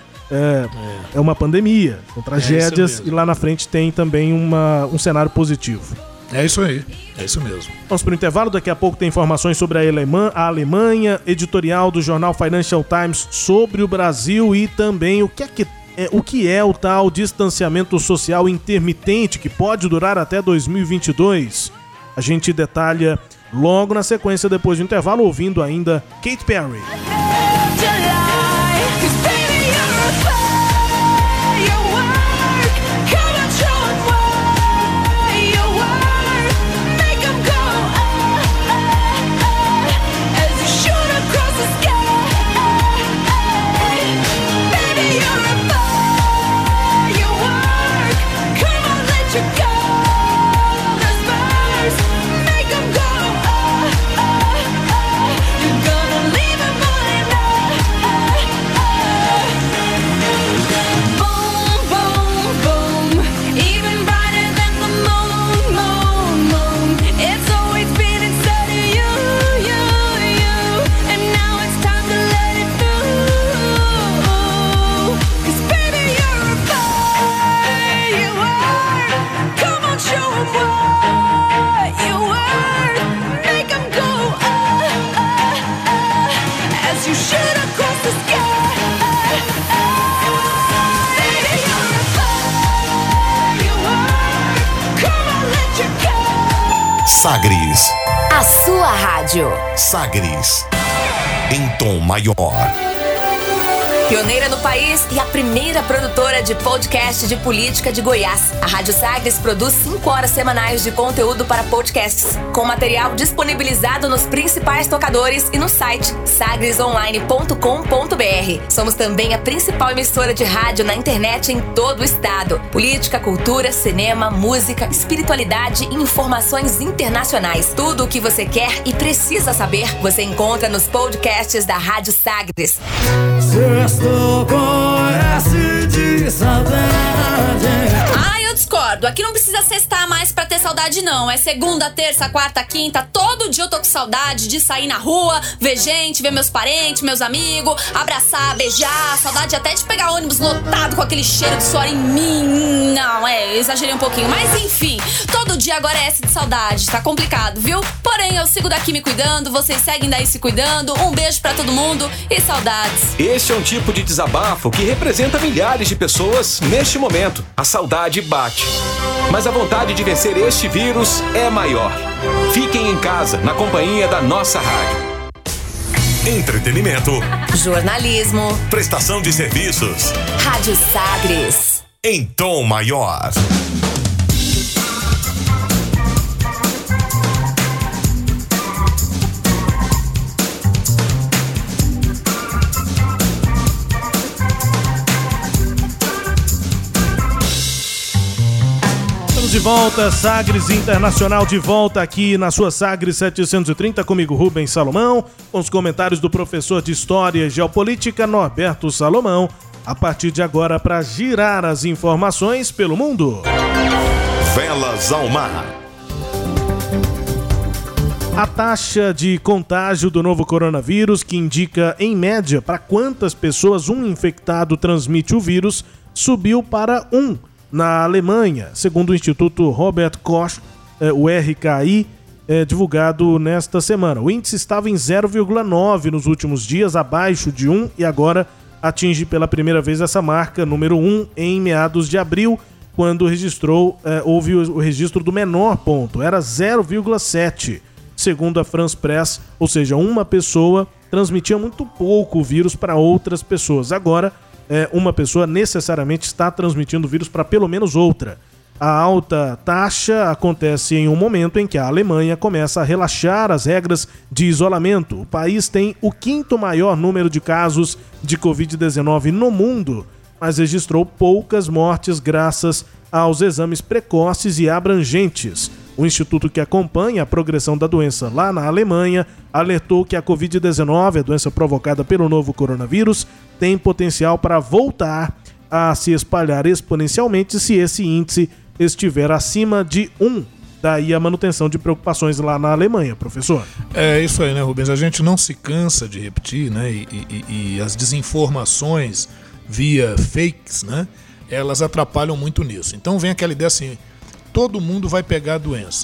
é uma pandemia, são tragédias e lá na frente tem também um cenário positivo. É isso aí, é isso mesmo. Vamos para o intervalo, daqui a pouco tem informações sobre a Alemanha, editorial do jornal Financial Times sobre o Brasil e também o que é o tal distanciamento social intermitente que pode durar até 2022. A gente detalha logo na sequência, depois do intervalo, ouvindo ainda Katy Perry. Sagres. A sua rádio. Sagres. Em tom maior. Pioneira no país e a primeira produtora de podcast de política de Goiás. A Rádio Sagres produz 5 horas semanais de conteúdo para podcasts, com material disponibilizado nos principais tocadores e no site sagresonline.com.br. Somos também a principal emissora de rádio na internet em todo o estado. Política, cultura, cinema, música, espiritualidade e informações internacionais. Tudo o que você quer e precisa saber, você encontra nos podcasts da Rádio Sagres. Estou com S de saudade. Eu discordo. Aqui não precisa sextar mais pra ter saudade, não. É segunda, terça, quarta, quinta. Todo dia eu tô com saudade de sair na rua, ver gente, ver meus parentes, meus amigos, abraçar, beijar. Saudade até de pegar ônibus lotado com aquele cheiro de suor em mim. Não, exagerei um pouquinho. Mas enfim, todo dia agora é essa de saudade. Tá complicado, viu? Porém, eu sigo daqui me cuidando, vocês seguem daí se cuidando. Um beijo pra todo mundo e saudades. Este é um tipo de desabafo que representa milhares de pessoas neste momento. A saudade bate. Mas a vontade de vencer este vírus é maior. Fiquem em casa, na companhia da nossa rádio. Entretenimento. Jornalismo. Prestação de serviços. Rádio Sagres. Em tom maior. De volta, Sagres Internacional de volta aqui na sua Sagres 730, comigo Rubens Salomão, com os comentários do professor de História e Geopolítica Norberto Salomão, a partir de agora para girar as informações pelo mundo. Velas ao mar. A taxa de contágio do novo coronavírus, que indica em média para quantas pessoas um infectado transmite o vírus, subiu para 1 na Alemanha, segundo o Instituto Robert Koch, o RKI, divulgado nesta semana. O índice estava em 0,9 nos últimos dias, abaixo de 1, e agora atinge pela primeira vez essa marca, número 1, em meados de abril, quando houve o registro do menor ponto, era 0,7, segundo a France Press, ou seja, uma pessoa transmitia muito pouco o vírus para outras pessoas. Agora, uma pessoa necessariamente está transmitindo o vírus para pelo menos outra. A alta taxa acontece em um momento em que a Alemanha começa a relaxar as regras de isolamento. O país tem o 5º maior número de casos de Covid-19 no mundo, mas registrou poucas mortes graças aos exames precoces e abrangentes. O instituto que acompanha a progressão da doença lá na Alemanha alertou que a Covid-19, a doença provocada pelo novo coronavírus, tem potencial para voltar a se espalhar exponencialmente se esse índice estiver acima de 1. Daí a manutenção de preocupações lá na Alemanha, professor. É isso aí, né, Rubens? A gente não se cansa de repetir, né? E as desinformações via fakes, né? Elas atrapalham muito nisso. Então vem aquela ideia assim, todo mundo vai pegar a doença.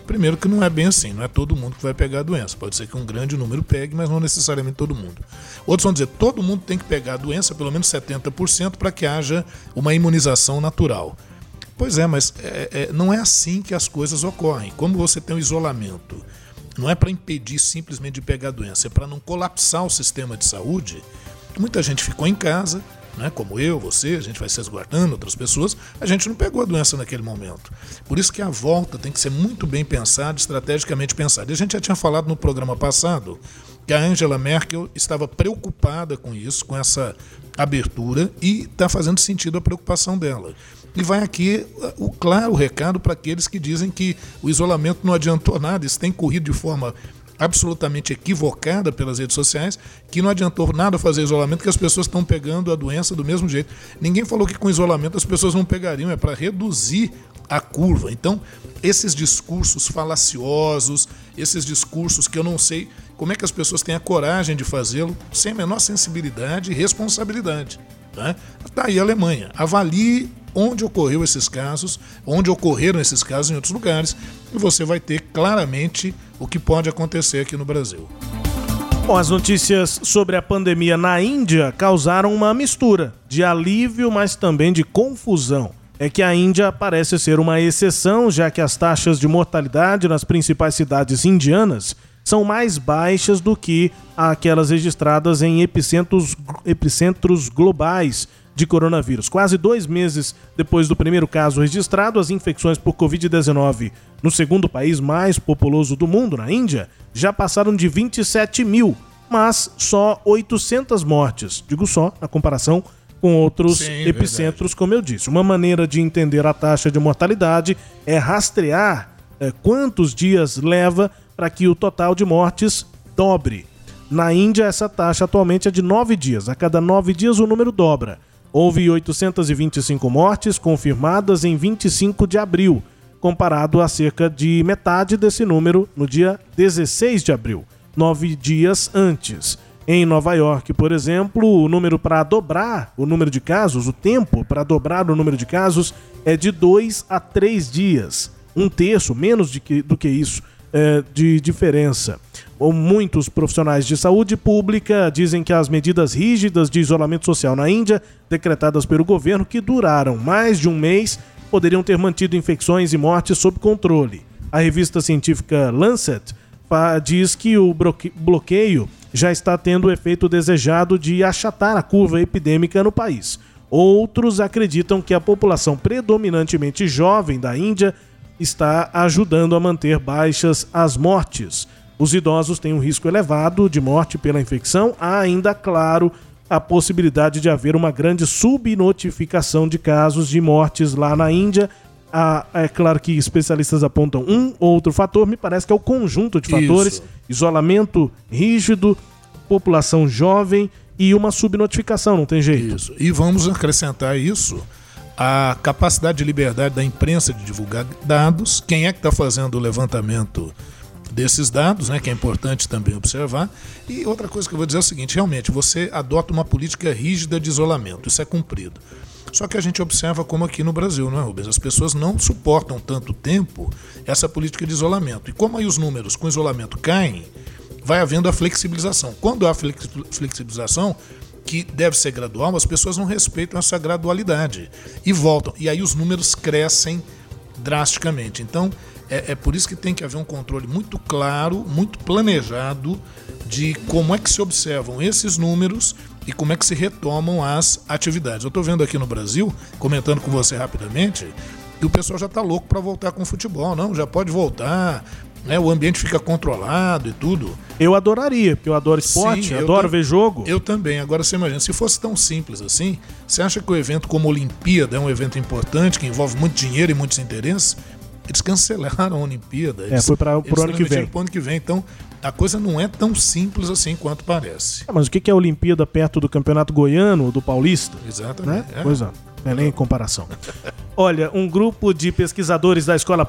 Primeiro que não é bem assim, não é todo mundo que vai pegar a doença. Pode ser que um grande número pegue, mas não necessariamente todo mundo. Outros vão dizer, todo mundo tem que pegar a doença, pelo menos 70%, para que haja uma imunização natural. Pois é, mas não é assim que as coisas ocorrem. Como você tem o isolamento, não é para impedir simplesmente de pegar a doença, é para não colapsar o sistema de saúde. Muita gente ficou em casa, né, como eu, você, a gente vai se resguardando, outras pessoas, a gente não pegou a doença naquele momento. Por isso que a volta tem que ser muito bem pensada, estrategicamente pensada. E a gente já tinha falado no programa passado que a Angela Merkel estava preocupada com isso, com essa abertura, e está fazendo sentido a preocupação dela. E vai aqui o claro recado para aqueles que dizem que o isolamento não adiantou nada, isso tem corrido de forma absolutamente equivocada pelas redes sociais, que não adiantou nada fazer isolamento, que as pessoas estão pegando a doença do mesmo jeito. Ninguém falou que com isolamento as pessoas não pegariam, é para reduzir a curva. Então, esses discursos falaciosos, esses discursos que eu não sei como é que as pessoas têm a coragem de fazê-lo, sem a menor sensibilidade e responsabilidade. Tá? Tá aí a Alemanha. Avalie onde ocorreram esses casos em outros lugares, e você vai ter claramente o que pode acontecer aqui no Brasil. Bom, as notícias sobre a pandemia na Índia causaram uma mistura de alívio, mas também de confusão. É que a Índia parece ser uma exceção, já que as taxas de mortalidade nas principais cidades indianas são mais baixas do que aquelas registradas em epicentros globais de coronavírus. Quase 2 meses depois do primeiro caso registrado, as infecções por Covid-19 no segundo país mais populoso do mundo, na Índia, já passaram de 27 mil, mas só 800 mortes. Digo só, na comparação com outros epicentros, verdade. Como eu disse. Uma maneira de entender a taxa de mortalidade é rastrear quantos dias leva para que o total de mortes dobre. Na Índia, essa taxa atualmente é de 9 dias. A cada 9 dias o número dobra. Houve 825 mortes confirmadas em 25 de abril, comparado a cerca de metade desse número no dia 16 de abril, 9 dias antes. Em Nova York, por exemplo, o número para dobrar o número de casos, o tempo para dobrar o número de casos é de 2 a 3 dias. 1/3, menos do que isso, de diferença. Muitos profissionais de saúde pública dizem que as medidas rígidas de isolamento social na Índia, decretadas pelo governo, que duraram mais de um mês, poderiam ter mantido infecções e mortes sob controle. A revista científica Lancet diz que o bloqueio já está tendo o efeito desejado de achatar a curva epidêmica no país. Outros acreditam que a população predominantemente jovem da Índia está ajudando a manter baixas as mortes. Os idosos têm um risco elevado de morte pela infecção. Há ainda, claro, a possibilidade de haver uma grande subnotificação de casos de mortes lá na Índia. É claro que especialistas apontam um ou outro fator, me parece que é o conjunto de fatores. Isso. Isolamento rígido, população jovem e uma subnotificação, não tem jeito. Isso. E vamos acrescentar isso, a capacidade de liberdade da imprensa de divulgar dados. Quem é que está fazendo o levantamento desses dados, né, que é importante também observar. E outra coisa que eu vou dizer é o seguinte, realmente, você adota uma política rígida de isolamento, isso é cumprido. Só que a gente observa como aqui no Brasil, não é, Rubens? As pessoas não suportam tanto tempo essa política de isolamento. E como aí os números com isolamento caem, vai havendo a flexibilização. Quando há flexibilização, que deve ser gradual, as pessoas não respeitam essa gradualidade e voltam. E aí os números crescem drasticamente. Então, é por isso que tem que haver um controle muito claro, muito planejado de como é que se observam esses números e como é que se retomam as atividades. Eu estou vendo aqui no Brasil, comentando com você rapidamente, que o pessoal já está louco para voltar com o futebol. Não, já pode voltar, né? O ambiente fica controlado e tudo. Eu adoraria, porque eu adoro esporte, sim, adoro ver jogo. Eu também. Agora você imagina, se fosse tão simples assim, você acha que o evento como a Olimpíada é um evento importante, que envolve muito dinheiro e muitos interesses? Eles cancelaram a Olimpíada. Foi para o ano que vem. Pro ano que vem. Então, a coisa não é tão simples assim quanto parece. Mas o que é a Olimpíada perto do Campeonato Goiano ou do Paulista? Exatamente. Né? Pois é. Não é nem em comparação. Olha, um grupo de pesquisadores da Escola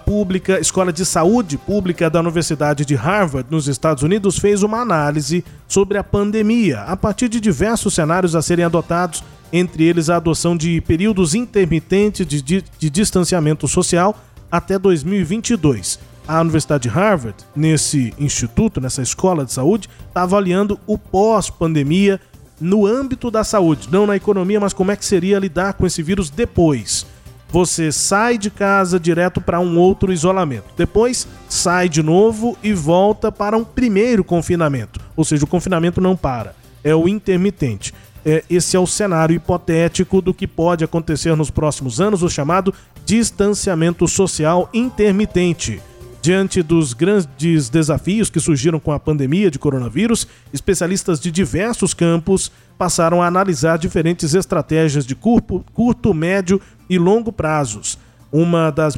de Saúde Pública da Universidade de Harvard, nos Estados Unidos, fez uma análise sobre a pandemia, a partir de diversos cenários a serem adotados, entre eles a adoção de períodos intermitentes de distanciamento social até 2022. A Universidade de Harvard, nesse instituto, nessa escola de saúde, está avaliando o pós-pandemia no âmbito da saúde, não na economia, mas como é que seria lidar com esse vírus depois. Você sai de casa direto para um outro isolamento, depois sai de novo e volta para um primeiro confinamento, ou seja, o confinamento não para, é o intermitente. Esse é o cenário hipotético do que pode acontecer nos próximos anos, o chamado distanciamento social intermitente. Diante dos grandes desafios que surgiram com a pandemia de coronavírus, especialistas de diversos campos passaram a analisar diferentes estratégias de curto, médio e longo prazos. Uma das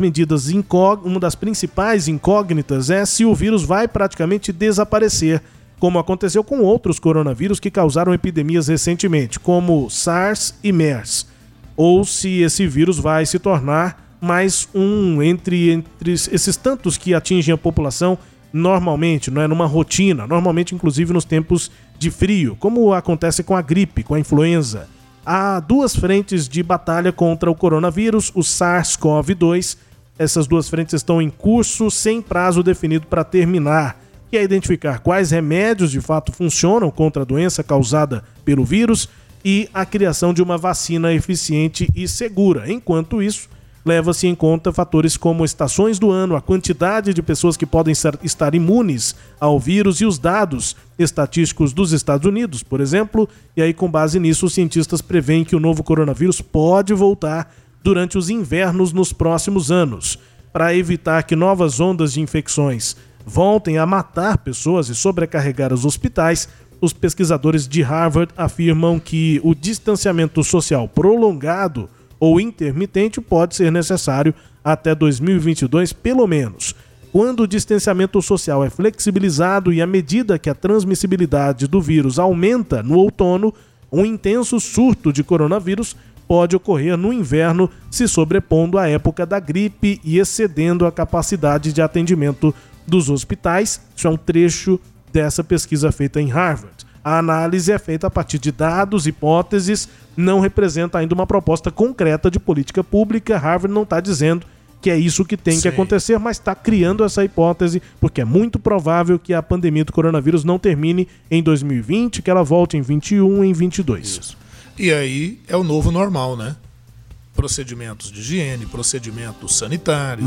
principais incógnitas é se o vírus vai praticamente desaparecer, como aconteceu com outros coronavírus que causaram epidemias recentemente, como SARS e MERS, ou se esse vírus vai se tornar mais um entre esses tantos que atingem a população normalmente, não é, numa rotina, normalmente inclusive nos tempos de frio, como acontece com a gripe, com a influenza. Há duas frentes de batalha contra o coronavírus, o SARS-CoV-2. Essas duas frentes estão em curso sem prazo definido para terminar, que é identificar quais remédios de fato funcionam contra a doença causada pelo vírus e a criação de uma vacina eficiente e segura. Enquanto isso, leva-se em conta fatores como estações do ano, a quantidade de pessoas que podem estar imunes ao vírus e os dados estatísticos dos Estados Unidos, por exemplo. E aí, com base nisso, os cientistas preveem que o novo coronavírus pode voltar durante os invernos nos próximos anos. Para evitar que novas ondas de infecções voltem a matar pessoas e sobrecarregar os hospitais, os pesquisadores de Harvard afirmam que o distanciamento social prolongado ou intermitente pode ser necessário até 2022, pelo menos. Quando o distanciamento social é flexibilizado e à medida que a transmissibilidade do vírus aumenta no outono, um intenso surto de coronavírus pode ocorrer no inverno, se sobrepondo à época da gripe e excedendo a capacidade de atendimento dos hospitais. Isso é um trecho dessa pesquisa feita em Harvard. A análise é feita a partir de dados, hipóteses, não representa ainda uma proposta concreta de política pública. Harvard não está dizendo que é isso que tem que acontecer, mas está criando essa hipótese, porque é muito provável que a pandemia do coronavírus não termine em 2020, que ela volte em 21, em 22. Isso. E aí é o novo normal, né? Procedimentos de higiene, procedimentos sanitários,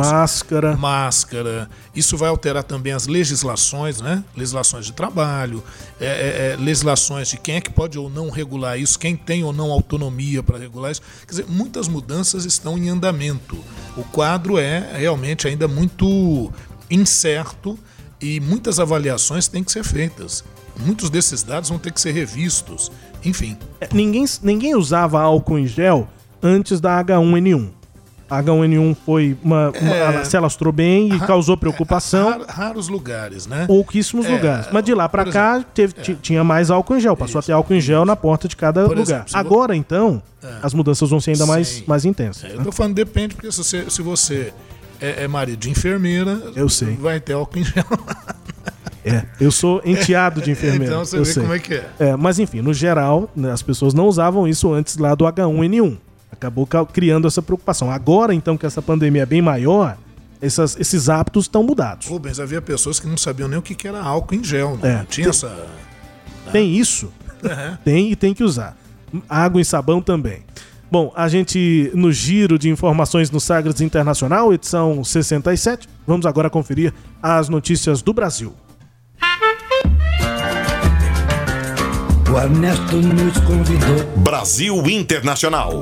máscara. Isso vai alterar também as legislações, né? Legislações de trabalho, legislações de quem é que pode ou não regular isso, quem tem ou não autonomia para regular isso. Quer dizer, muitas mudanças estão em andamento. O quadro é realmente ainda muito incerto e muitas avaliações têm que ser feitas. Muitos desses dados vão ter que ser revistos. Enfim. Ninguém usava álcool em gel antes da H1N1. A H1N1 foi ela se alastrou bem e causou preocupação. Raros lugares, né? Pouquíssimos lugares. Mas de lá para cá tinha mais álcool em gel. Passou a ter álcool em gel na porta de cada lugar. Agora, então, as mudanças vão ser ainda mais intensas. Eu tô falando depende, porque se você é marido de enfermeira, eu sei, vai ter álcool em gel. Eu sou enteado de enfermeira. Então você vê como é que é. Mas enfim, no geral, né, as pessoas não usavam isso antes lá do H1N1. Acabou criando essa preocupação. Agora, então, que essa pandemia é bem maior, esses hábitos estão mudados. Rubens, havia pessoas que não sabiam nem o que era álcool em gel. Né? Tinha essa... Tem isso. Tem e tem que usar. Água e sabão também. Bom, a gente, no giro de informações no Sagres Internacional, edição 67, vamos agora conferir as notícias do Brasil. O Ernesto nos convidou. Brasil Internacional.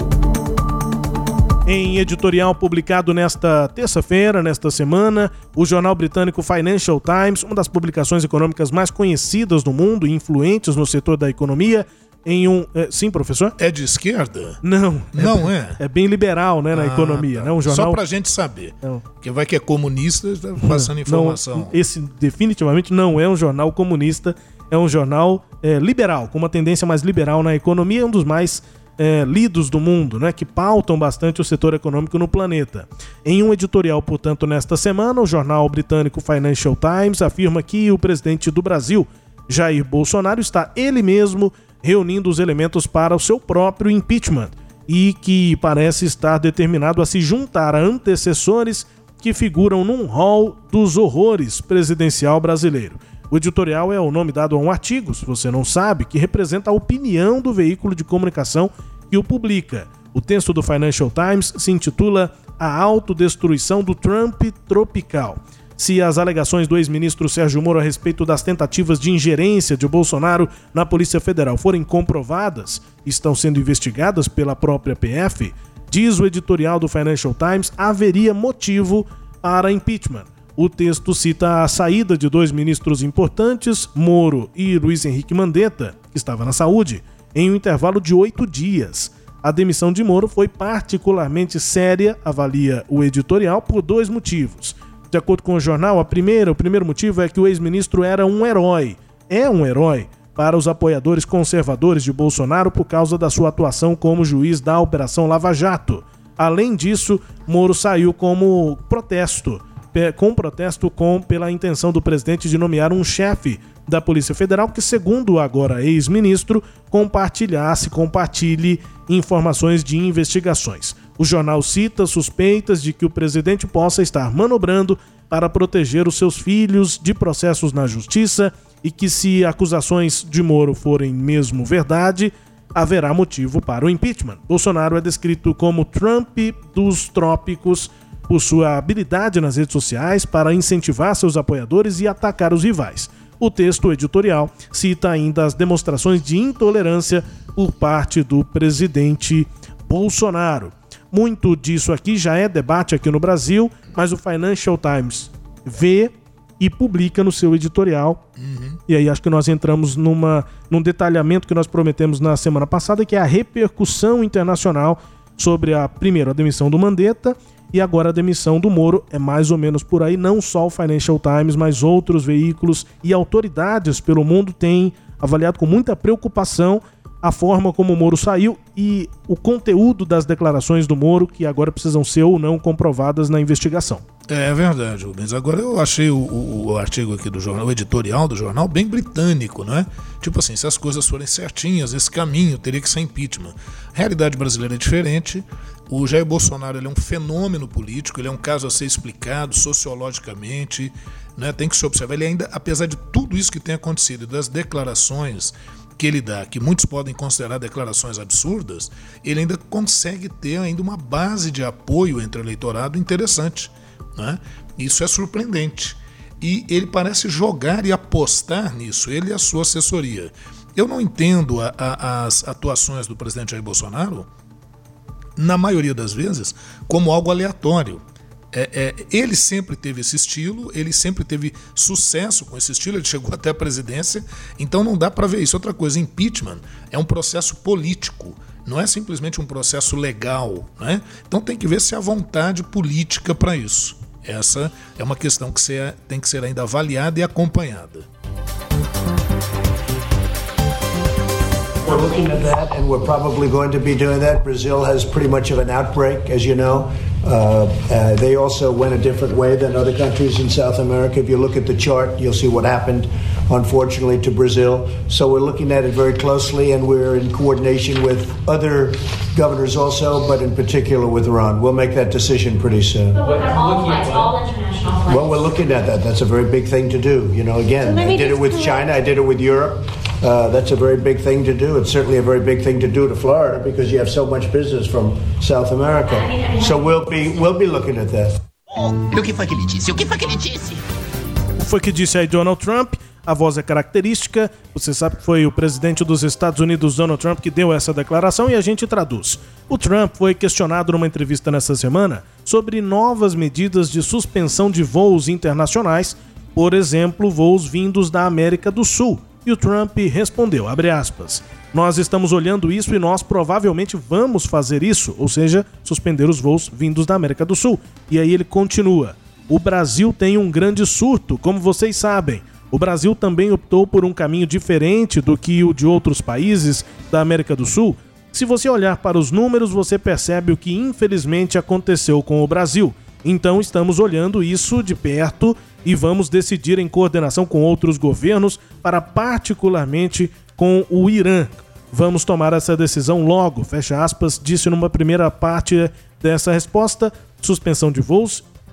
Em editorial publicado nesta terça-feira, nesta semana, o jornal britânico Financial Times, uma das publicações econômicas mais conhecidas do mundo e influentes no setor da economia, sim, professor? É de esquerda? Não. Não é? É bem liberal, né, na economia. Tá. Né? Um jornal... Só pra gente saber. Não. Porque vai que é comunista, está passando informação. Não, esse definitivamente não é um jornal comunista, é um jornal liberal, com uma tendência mais liberal na economia, é um dos mais lidos do mundo, né, que pautam bastante o setor econômico no planeta. Em um editorial, portanto, nesta semana, o jornal britânico Financial Times afirma que o presidente do Brasil, Jair Bolsonaro, está ele mesmo reunindo os elementos para o seu próprio impeachment e que parece estar determinado a se juntar a antecessores que figuram num hall dos horrores presidencial brasileiro. O editorial é o nome dado a um artigo, se você não sabe, que representa a opinião do veículo de comunicação que o publica. O texto do Financial Times se intitula A Autodestruição do Trump Tropical. Se as alegações do ex-ministro Sérgio Moro a respeito das tentativas de ingerência de Bolsonaro na Polícia Federal forem comprovadas e estão sendo investigadas pela própria PF, diz o editorial do Financial Times, haveria motivo para impeachment. O texto cita a saída de 2 ministros importantes, Moro e Luiz Henrique Mandetta, que estava na saúde, em um intervalo de 8 dias. A demissão de Moro foi particularmente séria, avalia o editorial, por 2 motivos. De acordo com o jornal, o primeiro motivo é que o ex-ministro era um herói. É um herói para os apoiadores conservadores de Bolsonaro por causa da sua atuação como juiz da Operação Lava Jato. Além disso, Moro saiu como protesto pela intenção do presidente de nomear um chefe da Polícia Federal que, segundo o agora ex-ministro, compartilhe informações de investigações. O jornal cita suspeitas de que o presidente possa estar manobrando para proteger os seus filhos de processos na justiça e que, se acusações de Moro forem mesmo verdade, haverá motivo para o impeachment. Bolsonaro é descrito como Trump dos trópicos por sua habilidade nas redes sociais para incentivar seus apoiadores e atacar os rivais. O texto editorial cita ainda as demonstrações de intolerância por parte do presidente Bolsonaro. Muito disso aqui já é debate aqui no Brasil, mas o Financial Times vê e publica no seu editorial. E aí acho que nós entramos num detalhamento que nós prometemos na semana passada, que é a repercussão internacional sobre a demissão do Mandetta e agora a demissão do Moro. É mais ou menos por aí, não só o Financial Times, mas outros veículos e autoridades pelo mundo têm avaliado com muita preocupação a forma como o Moro saiu e o conteúdo das declarações do Moro, que agora precisam ser ou não comprovadas na investigação. É verdade, Rubens. Agora eu achei o artigo aqui do jornal, o editorial do jornal, bem britânico, não é? Tipo assim, se as coisas forem certinhas, esse caminho teria que ser impeachment. A realidade brasileira é diferente. O Jair Bolsonaro, ele é um fenômeno político, ele é um caso a ser explicado sociologicamente, né? Tem que se observar. Ele ainda, apesar de tudo isso que tem acontecido, das declarações que ele dá, que muitos podem considerar declarações absurdas, ele ainda consegue ter ainda uma base de apoio entre o eleitorado interessante, né? Isso é surpreendente. E ele parece jogar e apostar nisso, ele e a sua assessoria. Eu não entendo as atuações do presidente Jair Bolsonaro, na maioria das vezes, como algo aleatório. Ele sempre teve esse estilo, ele sempre teve sucesso com esse estilo, ele chegou até a presidência, então não dá para ver isso. Outra coisa, impeachment é um processo político, não é simplesmente um processo legal, né? Então tem que ver se há vontade política para isso. Essa é uma questão que tem que ser ainda avaliada e acompanhada. We're looking at that, and we're probably going to be doing that. Brazil has pretty much of an outbreak, as you know. They also went a different way than other countries in South America. If you look at the chart, you'll see what happened, unfortunately, to Brazil. So we're looking at it very closely, and we're in coordination with other governors also, but in particular with Iran. We'll make that decision pretty soon. But what about all flights, all international flights? Well, we're looking at that. That's a very big thing to do. You know, again, I did it with China. I did it with Europe. That's a very big thing to do. It's certainly a very big thing to do to Florida because you have so much business from South America. So we'll be looking at that. O que foi que ele disse? O que foi que ele disse? Foi que disse aí Donald Trump. A voz é característica. Você sabe que foi o presidente dos Estados Unidos, Donald Trump, que deu essa declaração e a gente traduz. O Trump foi questionado numa entrevista nessa semana sobre novas medidas de suspensão de voos internacionais, por exemplo, voos vindos da América do Sul. E o Trump respondeu, abre aspas, nós estamos olhando isso e nós provavelmente vamos fazer isso, ou seja, suspender os voos vindos da América do Sul. E aí ele continua, o Brasil tem um grande surto, como vocês sabem. O Brasil também optou por um caminho diferente do que o de outros países da América do Sul. Se você olhar para os números, você percebe o que infelizmente aconteceu com o Brasil. Então estamos olhando isso de perto e vamos decidir em coordenação com outros governos, para particularmente com o Irã. Vamos tomar essa decisão logo, fecha aspas, disse numa primeira parte dessa resposta, suspensão de voos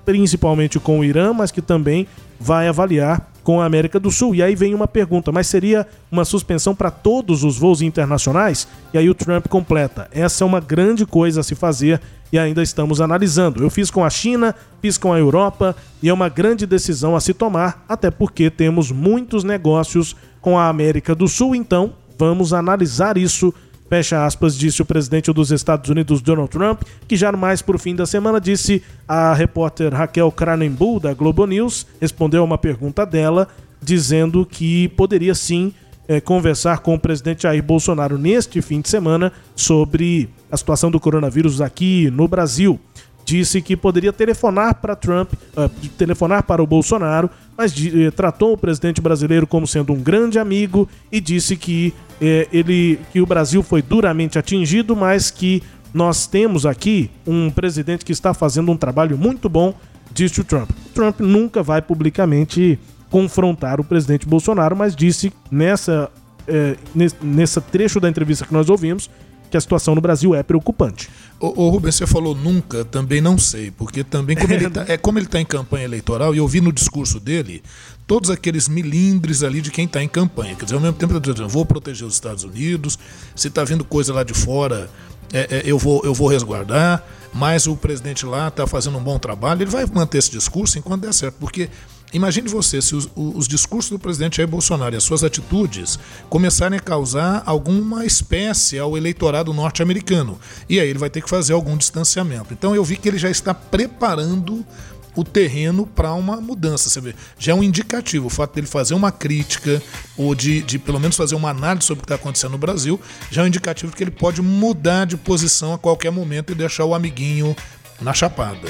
principalmente com o Irã, mas que também vai avaliar com a América do Sul. E aí vem uma pergunta, mas seria uma suspensão para todos os voos internacionais? E aí o Trump completa: essa é uma grande coisa a se fazer e ainda estamos analisando. Eu fiz com a China, fiz com a Europa e é uma grande decisão a se tomar, até porque temos muitos negócios com a América do Sul, então vamos analisar isso. Fecha aspas, disse o presidente dos Estados Unidos, Donald Trump, que já mais por fim da semana disse a repórter Raquel Cranenbull, da Globo News, respondeu a uma pergunta dela, dizendo que poderia sim conversar com o presidente Jair Bolsonaro neste fim de semana sobre a situação do coronavírus aqui no Brasil. Disse que poderia telefonar para Trump, telefonar para o Bolsonaro, mas tratou o presidente brasileiro como sendo um grande amigo e disse que o Brasil foi duramente atingido, mas que nós temos aqui um presidente que está fazendo um trabalho muito bom, disse o Trump. Trump nunca vai publicamente confrontar o presidente Bolsonaro, mas disse nesse trecho da entrevista que nós ouvimos que a situação no Brasil é preocupante. Ô Rubens, você falou nunca, também não sei, porque também como ele está em campanha eleitoral, e eu vi no discurso dele todos aqueles milindres ali de quem está em campanha. Quer dizer, ao mesmo tempo ele está dizendo, vou proteger os Estados Unidos, se está vindo coisa lá de fora, eu vou resguardar, mas o presidente lá está fazendo um bom trabalho, ele vai manter esse discurso enquanto der certo, porque imagine você, se os discursos do presidente Jair Bolsonaro e as suas atitudes começarem a causar alguma espécie ao eleitorado norte-americano. E aí ele vai ter que fazer algum distanciamento. Então eu vi que ele já está preparando o terreno para uma mudança. Você vê, já é um indicativo. O fato dele fazer uma crítica ou de pelo menos fazer uma análise sobre o que está acontecendo no Brasil, já é um indicativo de que ele pode mudar de posição a qualquer momento e deixar o amiguinho na chapada.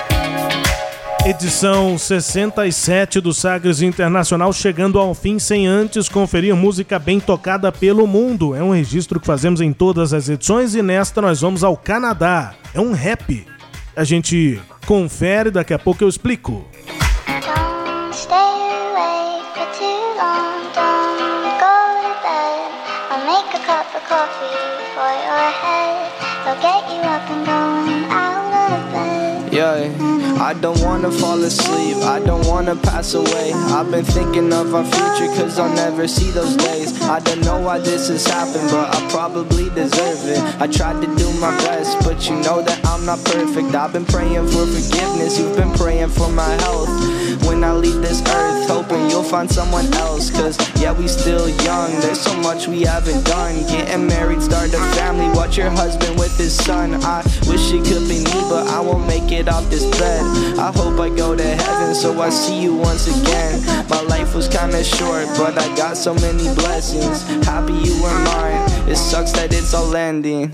Edição 67 do Sagres Internacional chegando ao fim sem antes conferir música bem tocada pelo mundo. É um registro que fazemos em todas as edições e nesta nós vamos ao Canadá. É um rap. A gente confere, daqui a pouco eu explico. Don't stay away for too long, don't go to bed. I'll make a cup of coffee for your head. I'll get you up and going out of bed. Yeah. I don't wanna fall asleep, I don't wanna pass away. I've been thinking of our future cause I'll never see those days. I don't know why this has happened but I probably deserve it. I tried to do my best but you know that I'm not perfect. I've been praying for forgiveness, you've been praying for my health. When I leave this earth, hoping you'll find someone else. Cause yeah, we still young, there's so much we haven't done. Getting married, start a family, watch your husband with his son. I wish it could be me but I won't make it off this bed. I hope I go to heaven so I see you once again. My life was kinda short but I got so many blessings. Happy you were mine, it sucks that it's all ending.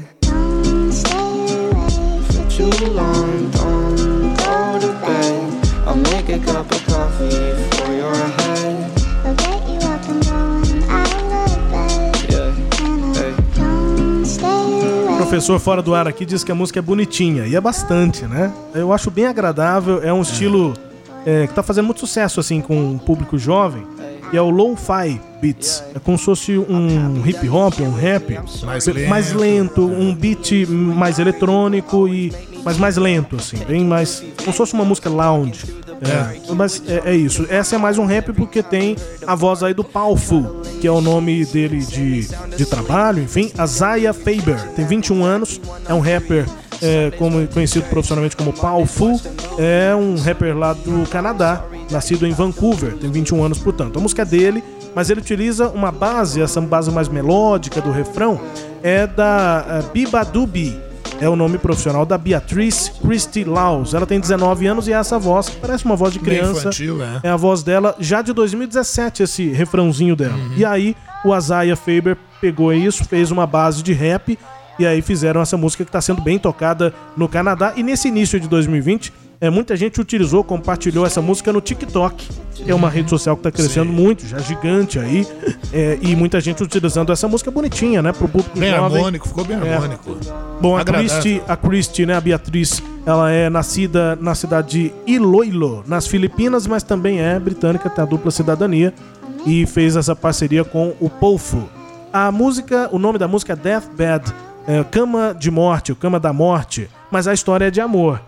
For too long, don't go to bed. I'll make a cup of coffee for your head. I'll get you up and going out of bed. Yeah, hey. Don't stay away. O professor fora do ar aqui diz que a música é bonitinha, e é bastante, né? Eu acho bem agradável, é um estilo que tá fazendo muito sucesso assim com o público jovem, e é o lo-fi beats. É como se fosse um hip hop, um rap mais lento, um beat mais eletrônico mas mais lento, assim, bem mais, como se fosse uma música lounge. Mas é isso. Essa é mais um rap porque tem a voz aí do Powerful, que é o nome dele de trabalho, enfim. A Zaya Faber tem 21 anos, é um rapper conhecido profissionalmente como Powerful, é um rapper lá do Canadá, nascido em Vancouver, tem 21 anos, portanto. A música é dele, mas ele utiliza uma base, essa base mais melódica do refrão, é da Bibadubi. É o nome profissional da Beatrice Christie Laws. Ela tem 19 anos e é essa voz, que parece uma voz de criança. Infantil, é a voz dela já de 2017, esse refrãozinho dela. Uhum. E aí o Isaiah Faber pegou isso, fez uma base de rap e aí fizeram essa música que está sendo bem tocada no Canadá. E nesse início de 2020, muita gente utilizou, compartilhou essa música no TikTok. É uma rede social que está crescendo muito, já gigante aí. E muita gente utilizando essa música bonitinha, né? Pro público bem jovem. Harmônico, ficou bem harmônico. Bom, a Christie, né? A Beatriz, ela é nascida na cidade de Iloilo, nas Filipinas, mas também é britânica, tem a dupla cidadania. E fez essa parceria com o Powerful. A música, o nome da música é Deathbed. Cama de Morte, o Cama da Morte, mas a história é de amor.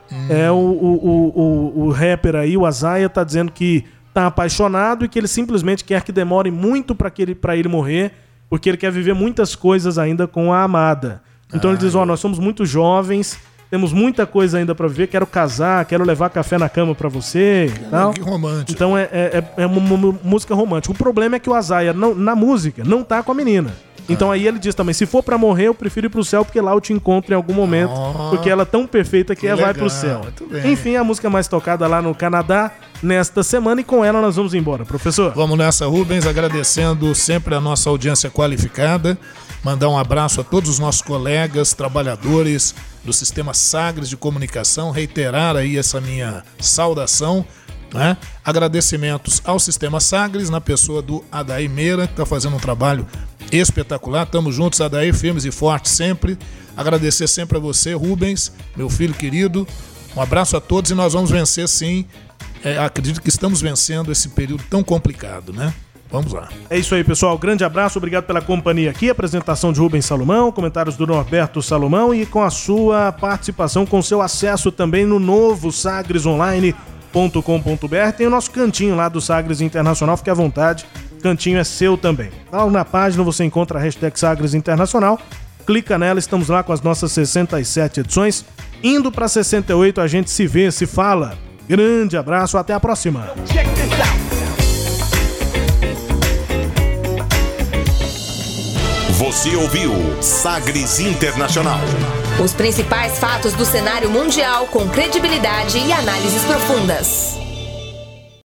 O rapper aí, o Azaia, tá dizendo que tá apaixonado e que ele simplesmente quer que demore muito pra ele morrer, porque ele quer viver muitas coisas ainda com a amada. Então ele diz, nós somos muito jovens, temos muita coisa ainda pra viver, quero casar, quero levar café na cama pra você e tal. Que romântico. Então é uma música romântica. O problema é que o Azaia, na música, não tá com a menina. Então aí ele diz também, se for pra morrer, eu prefiro ir pro céu, porque lá eu te encontro em algum momento, porque ela é tão perfeita que ela vai pro céu. Enfim, a música mais tocada lá no Canadá nesta semana, e com ela nós vamos embora. Professor? Vamos nessa, Rubens, agradecendo sempre a nossa audiência qualificada, mandar um abraço a todos os nossos colegas, trabalhadores do Sistema Sagres de Comunicação, reiterar aí essa minha saudação, né? Agradecimentos ao Sistema Sagres, na pessoa do Adair Meira, que está fazendo um trabalho espetacular. Estamos juntos, Adair, firmes e fortes sempre. Agradecer sempre a você, Rubens, meu filho querido. Um abraço a todos e nós vamos vencer, sim. Acredito que estamos vencendo esse período tão complicado, né? Vamos lá. É isso aí, pessoal. Grande abraço, obrigado pela companhia aqui. Apresentação de Rubens Salomão, comentários do Norberto Salomão e com a sua participação, com seu acesso também no novo sagresonline.com.br. Tem o nosso cantinho lá do Sagres Internacional, fique à vontade. Cantinho é seu também. Lá na página você encontra a hashtag Sagres Internacional. Clica nela, estamos lá com as nossas 67 edições. Indo para 68, a gente se vê, se fala. Grande abraço, até a próxima. Você ouviu Sagres Internacional. Os principais fatos do cenário mundial com credibilidade e análises profundas.